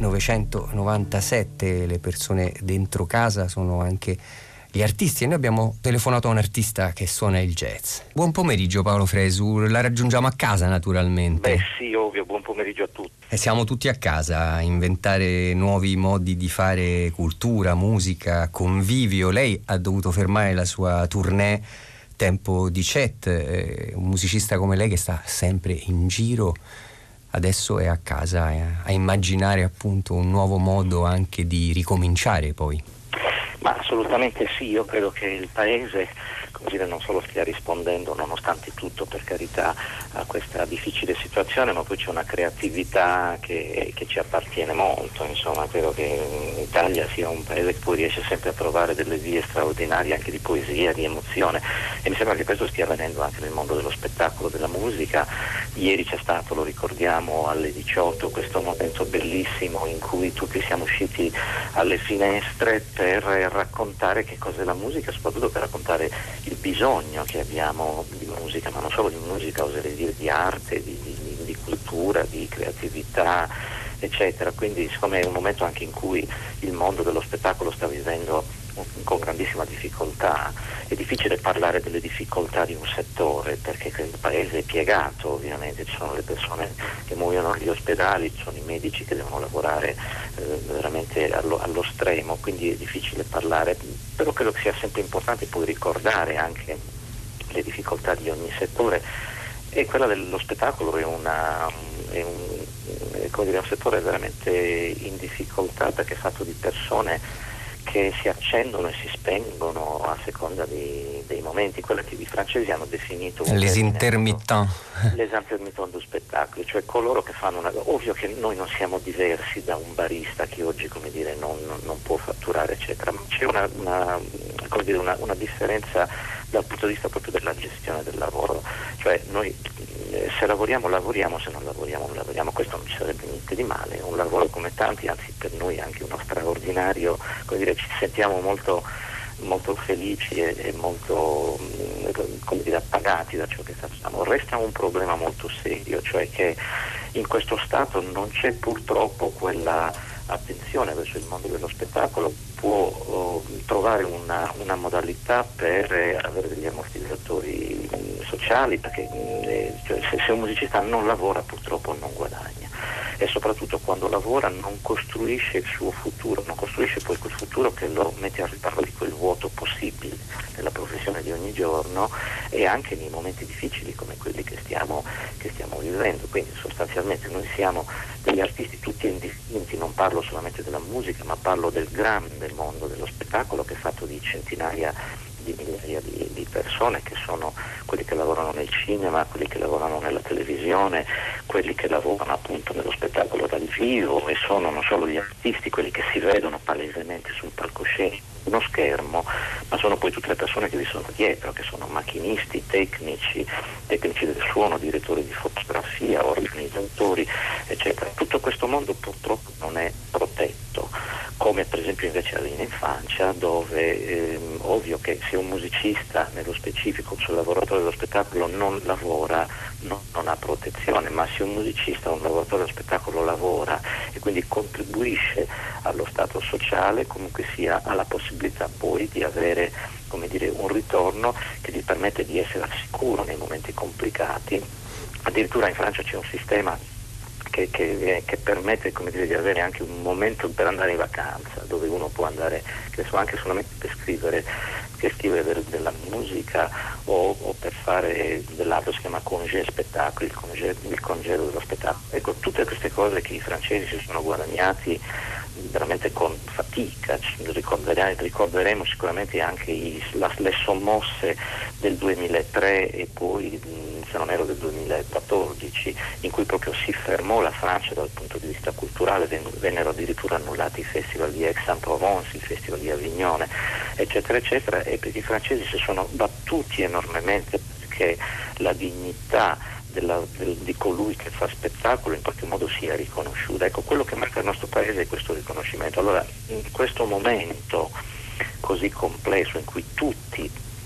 millenovecentonovantasette. Le persone dentro casa sono anche gli artisti e noi abbiamo telefonato a un artista che suona il jazz. Buon pomeriggio Paolo Fresu, la raggiungiamo a casa naturalmente. Beh sì, ovvio, buon pomeriggio a tutti. E siamo tutti a casa a inventare nuovi modi di fare cultura, musica, convivio. Lei ha dovuto fermare la sua tournée Tempo di Chet, eh, un musicista come lei che sta sempre in giro adesso è a casa a, a immaginare appunto un nuovo modo anche di ricominciare poi. Ma assolutamente sì, io credo che il paese, come dire, non solo stia rispondendo nonostante tutto, per carità, a questa difficile situazione, ma poi c'è una creatività che, che ci appartiene molto, insomma credo che l'Italia sia un paese che poi riesce sempre a trovare delle vie straordinarie anche di poesia, di emozione, e mi sembra che questo stia avvenendo anche nel mondo dello spettacolo, della musica. Ieri c'è stato, lo ricordiamo, alle diciotto questo momento bellissimo in cui tutti siamo usciti alle finestre per raccontare che cos'è la musica, soprattutto per raccontare il bisogno che abbiamo di musica, ma non solo di musica, oserei dire di arte, di, di, di cultura, di creatività, eccetera. Quindi siccome è un momento anche in cui il mondo dello spettacolo sta vivendo con grandissima difficoltà, è difficile parlare delle difficoltà di un settore perché il paese è piegato, ovviamente ci sono le persone che muoiono negli ospedali, ci sono i medici che devono lavorare eh, veramente allo, allo stremo, quindi è difficile parlare, però credo che sia sempre importante poi ricordare anche le difficoltà di ogni settore, e quella dello spettacolo è, una, è, un, è come dire, un settore veramente in difficoltà perché è fatto di persone che si accendono e si spengono a seconda dei, dei momenti, quella che i francesi hanno definito les intermittents les intermittents du spettacolo, cioè coloro che fanno una... Ovvio che noi non siamo diversi da un barista che oggi, come dire, non, non può fatturare eccetera, ma c'è una, una, come dire, una, una differenza dal punto di vista proprio della gestione del lavoro, cioè noi se lavoriamo lavoriamo, se non lavoriamo non lavoriamo, questo non ci sarebbe niente di male, è un lavoro come tanti, anzi per noi anche uno straordinario, come dire, ci sentiamo molto molto felici e, e molto come dire, appagati da ciò che facciamo. Resta un problema molto serio, cioè che in questo stato non c'è purtroppo quella attenzione verso il mondo dello spettacolo, può uh, trovare una, una modalità per eh, avere degli ammortizzatori mh, sociali, perché mh, cioè, se, se un musicista non lavora purtroppo non guadagna, e soprattutto quando lavora non costruisce il suo futuro, non costruisce poi quel futuro che lo mette al riparo di quel vuoto possibile nella professione di ogni giorno e anche nei momenti difficili come quelli che stiamo, che stiamo vivendo. Quindi sostanzialmente noi siamo degli artisti tutti indistinti, non parlo solamente della musica, ma parlo del grande mondo dello spettacolo che è fatto di centinaia di migliaia di, di persone, che sono quelli che lavorano nel cinema, quelli che lavorano nella televisione, quelli che lavorano appunto nello spettacolo dal vivo, e sono non solo gli artisti, quelli che si vedono palesemente sul palcoscenico, uno schermo, ma sono poi tutte le persone che vi sono dietro, che sono macchinisti, tecnici, tecnici del suono, direttori di fotografia, organizzatori, eccetera. Tutto questo mondo purtroppo non è protetto, come per esempio invece all'infanzia, dove ehm, ovvio che se un musicista nello specifico, se un lavoratore dello spettacolo non lavora, no, non ha protezione, ma se un musicista, un lavoratore dello spettacolo lavora e quindi contribuisce allo stato sociale, comunque sia ha la possibilità poi di avere, come dire, un ritorno che gli permette di essere al sicuro nei momenti complicati. Addirittura in Francia c'è un sistema Che, che, che permette, come dire, di avere anche un momento per andare in vacanza, dove uno può andare, che so, anche solamente per scrivere, per scrivere del, della musica o, o per fare dell'altro, si chiama congé spettacolo, il, congé, il congedo dello spettacolo. Ecco, tutte queste cose che i francesi si sono guadagnati veramente con fatica, ricorderemo, ricorderemo sicuramente anche i, la, le sommosse del duemilatré e poi, se non ero, del duemilaquattordici, in cui proprio si fermò la Francia dal punto di vista culturale, vennero addirittura annullati i festival di Aix-en-Provence, il festival di Avignone, eccetera eccetera, e perché i francesi si sono battuti enormemente perché la dignità Della, del, di colui che fa spettacolo in qualche modo sia riconosciuta. Ecco, quello che manca al nostro paese è questo riconoscimento. Allora, in questo momento così complesso in cui tutti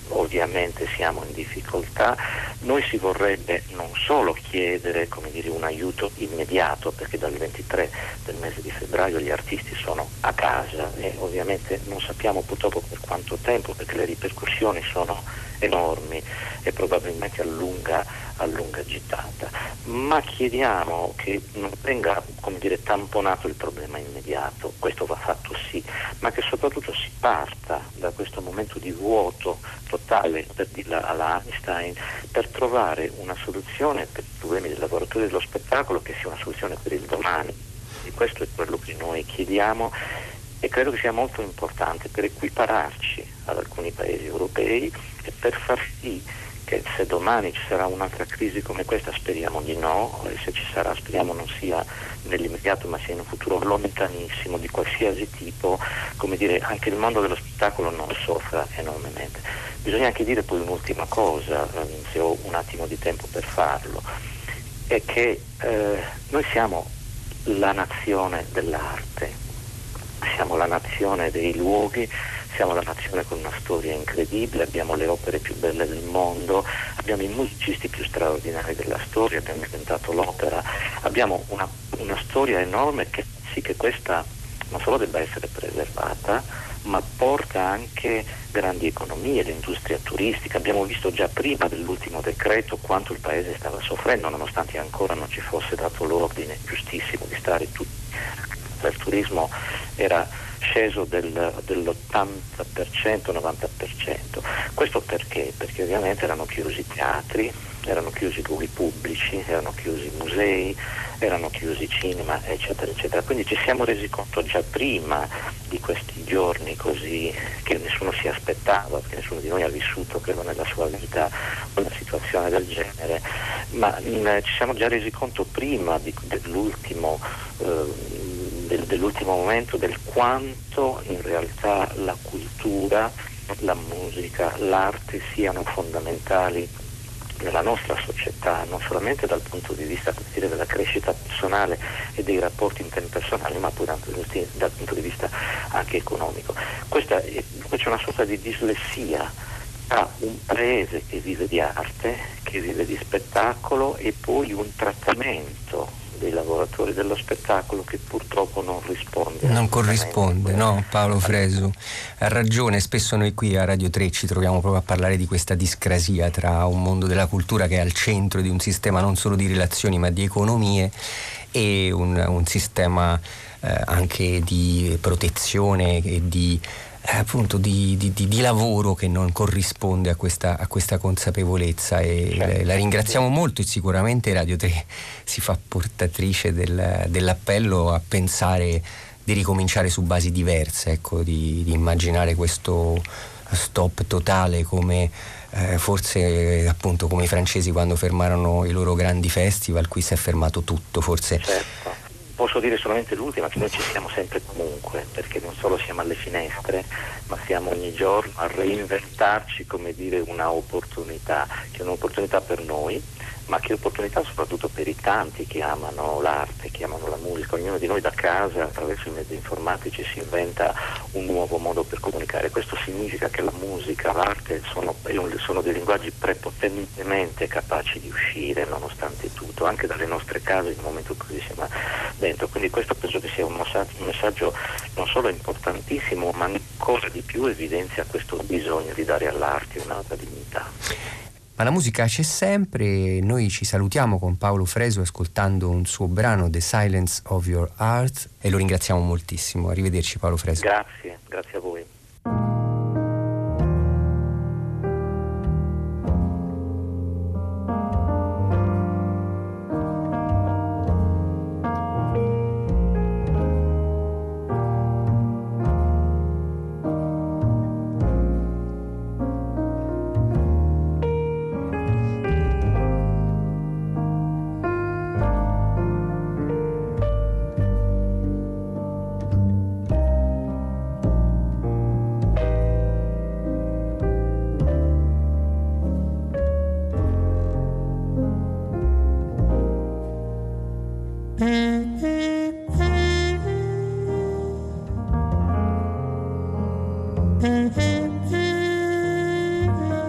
ovviamente siamo in difficoltà. Noi si vorrebbe non solo chiedere, come dire, un aiuto immediato, perché dal ventitré del mese di febbraio gli artisti sono a casa e ovviamente non sappiamo purtroppo per quanto tempo, perché le ripercussioni sono enormi e probabilmente a lunga, a lunga gittata, ma chiediamo che non venga, come dire, tamponato il problema immediato, questo va fatto sì, ma che soprattutto si parta da questo momento di vuoto totale, per dirla alla Einstein, per trovare una soluzione per i problemi dei lavoratori dello spettacolo che sia una soluzione per il domani, e questo è quello che noi chiediamo e credo che sia molto importante per equipararci ad alcuni paesi europei e per far sì che se domani ci sarà un'altra crisi come questa, speriamo di no, e se ci sarà speriamo non sia nell'immediato ma sia in un futuro lontanissimo di qualsiasi tipo, come dire, anche il mondo dello spettacolo non soffra enormemente. Bisogna anche dire poi un'ultima cosa, se ho un attimo di tempo per farlo, è che eh, noi siamo la nazione dell'arte, siamo la nazione dei luoghi, siamo la nazione con una storia incredibile, abbiamo le opere più belle del mondo, abbiamo i musicisti più straordinari della storia, abbiamo inventato l'opera, abbiamo una, una storia enorme che sì che questa non solo debba essere preservata, ma porta anche grandi economie, l'industria turistica. Abbiamo visto già prima dell'ultimo decreto quanto il paese stava soffrendo, nonostante ancora non ci fosse dato l'ordine giustissimo di stare tutti. Il turismo era sceso del, dell'ottanta per cento, novanta per cento. Questo perché? Perché ovviamente erano chiusi i teatri, erano chiusi i luoghi pubblici, erano chiusi i musei, erano chiusi i cinema, eccetera, eccetera. Quindi ci siamo resi conto già prima di questi giorni così, che nessuno si aspettava, perché nessuno di noi ha vissuto, credo, nella sua vita una situazione del genere, ma mh, ci siamo già resi conto prima di, dell'ultimo eh, Del, dell'ultimo momento del quanto in realtà la cultura, la musica, l'arte siano fondamentali nella nostra società, non solamente dal punto di vista, per dire, della crescita personale e dei rapporti interpersonali, ma pure dal, dal punto di vista anche economico. Questa è, c'è una sorta di dislessia tra un paese che vive di arte, che vive di spettacolo, e poi un trattamento dei lavoratori dello spettacolo che purtroppo non risponde. Non corrisponde, no, Paolo Fresu ha ragione. Spesso noi qui a Radio tre ci troviamo proprio a parlare di questa discrasia tra un mondo della cultura che è al centro di un sistema non solo di relazioni ma di economie e un, un sistema eh, anche di protezione e di Eh, appunto di, di, di, di lavoro che non corrisponde a questa, a questa consapevolezza, e certo. la, la ringraziamo molto, e sicuramente Radio tre si fa portatrice del, dell'appello a pensare di ricominciare su basi diverse, ecco, di, di immaginare questo stop totale come eh, forse appunto come i francesi quando fermarono i loro grandi festival. Qui si è fermato tutto, forse. Certo. Posso dire solamente l'ultima, che noi ci siamo sempre comunque, perché non solo siamo alle finestre, ma siamo ogni giorno a reinventarci, come dire, una opportunità, che è un'opportunità per noi, ma che è opportunità soprattutto per i tanti che amano l'arte, che amano la musica. Ognuno di noi da casa, attraverso i mezzi informatici, si inventa un nuovo modo per comunicare. Questo significa che la musica, l'arte sono, sono dei linguaggi prepotentemente capaci di uscire, nonostante tutto, anche dalle nostre case in un momento in cui siamo dentro. Quindi questo penso che sia un messaggio, un messaggio non solo importantissimo, ma ancora di più evidenzia questo bisogno di dare all'arte un'altra dignità. Ma la musica c'è sempre. Noi ci salutiamo con Paolo Fresu ascoltando un suo brano, The Silence of Your Heart, e lo ringraziamo moltissimo. Arrivederci, Paolo Fresu. Grazie, grazie a voi. Mm-hmm.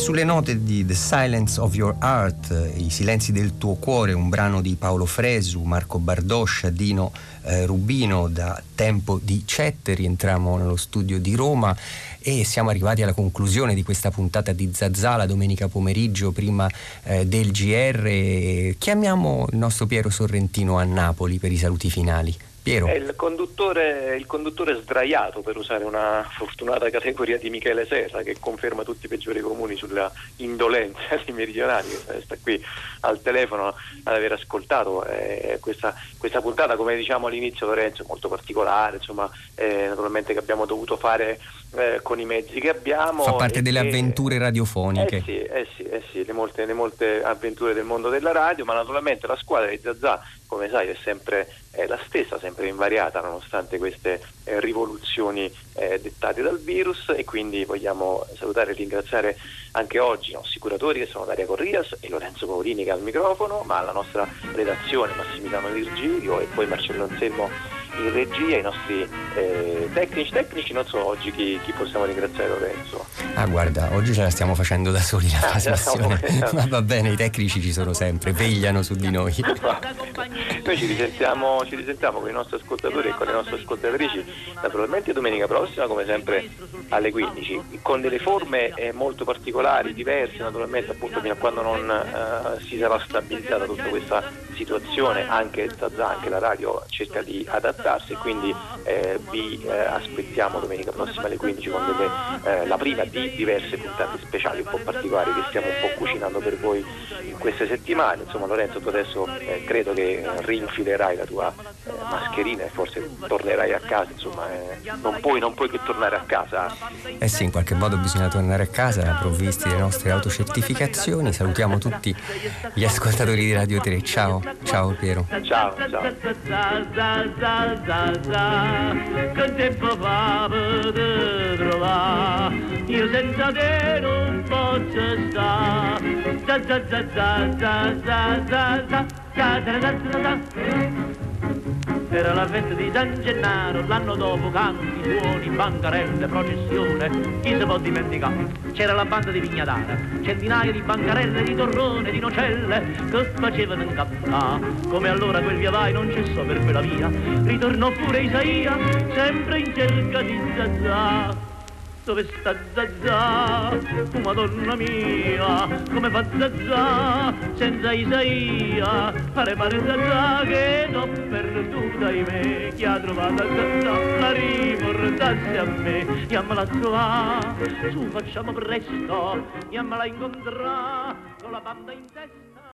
sulle note di The Silence of Your Heart, I silenzi del tuo cuore, un brano di Paolo Fresu, Marco Bardoscia, Dino eh, Rubino, da Tempo di Cette, rientriamo nello studio di Roma e siamo arrivati alla conclusione di questa puntata di Zazà, la domenica pomeriggio prima eh, del G R. Chiamiamo il nostro Piero Sorrentino a Napoli per i saluti finali. Piero. È il conduttore, il conduttore sdraiato, per usare una fortunata categoria di Michele Serra, che conferma tutti i peggiori comuni sulla indolenza dei meridionali, che sta qui al telefono ad aver ascoltato eh, questa, questa puntata, come diciamo all'inizio, Lorenzo, molto particolare, insomma, eh, naturalmente che abbiamo dovuto fare eh, con i mezzi che abbiamo. Fa parte delle che, avventure radiofoniche. Eh sì, eh sì, eh sì, le molte, le molte avventure del mondo della radio, ma naturalmente la squadra di Zazà, come sai, è sempre è la stessa, sempre invariata nonostante queste eh, rivoluzioni eh, dettate dal virus, e quindi vogliamo salutare e ringraziare anche oggi i nostri curatori, che sono Daria Corrias e Lorenzo Paolini, che è al microfono, ma la nostra redazione, Massimiliano Virgilio e poi Marcello Anselmo in regia, i nostri eh, tecnici tecnici non so oggi chi, chi possiamo ringraziare, Lorenzo. Ah guarda, oggi ce la stiamo facendo da soli la trasmissione, ah, ma va bene, i tecnici ci sono sempre, vegliano su di noi. Noi ci risentiamo, ci risentiamo con i nostri ascoltatori e con le nostre ascoltatrici naturalmente domenica prossima, come sempre alle quindici, con delle forme eh, molto particolari, diverse naturalmente, appunto fino a quando non eh, si sarà stabilizzata tutta questa situazione. Anche Zazà, anche la radio cerca di adattarsi, e quindi eh, vi eh, aspettiamo domenica prossima alle quindici con delle, eh, la prima di diverse puntate speciali un po' particolari che stiamo un po' cucinando per voi in queste settimane. Insomma, Lorenzo, tu adesso eh, credo che rinfilerai la tua eh, mascherina e forse tornerai a casa, insomma, eh, non puoi non puoi che tornare a casa. Eh sì, in qualche modo bisogna tornare a casa, provvisti delle nostre autocertificazioni. Salutiamo tutti gli ascoltatori di Radio tre. Ciao, ciao Piero. Ciao, ciao. Che tempo fa per trovare, io senza te non posso stare. Za za za za za za za za za za za za. Era la festa di San Gennaro, l'anno dopo canti, suoni, bancarelle, processione, chi si può dimenticare? C'era la banda di Vignadara, centinaia di bancarelle, di torrone, di nocelle, che facevano incappare. Come allora quel via vai non cessò per quella via, ritornò pure Isaia, sempre in cerca di Zazà. Dove sta Zazà? Oh Madonna mia, come fa Zazà senza Isaia? Pare pare Zazà che t'ho perduta in me. Chi ha trovato Zazà la riportasse a me. Andiamola a trovare, su facciamo presto, andiamola a incontrare con la banda in testa.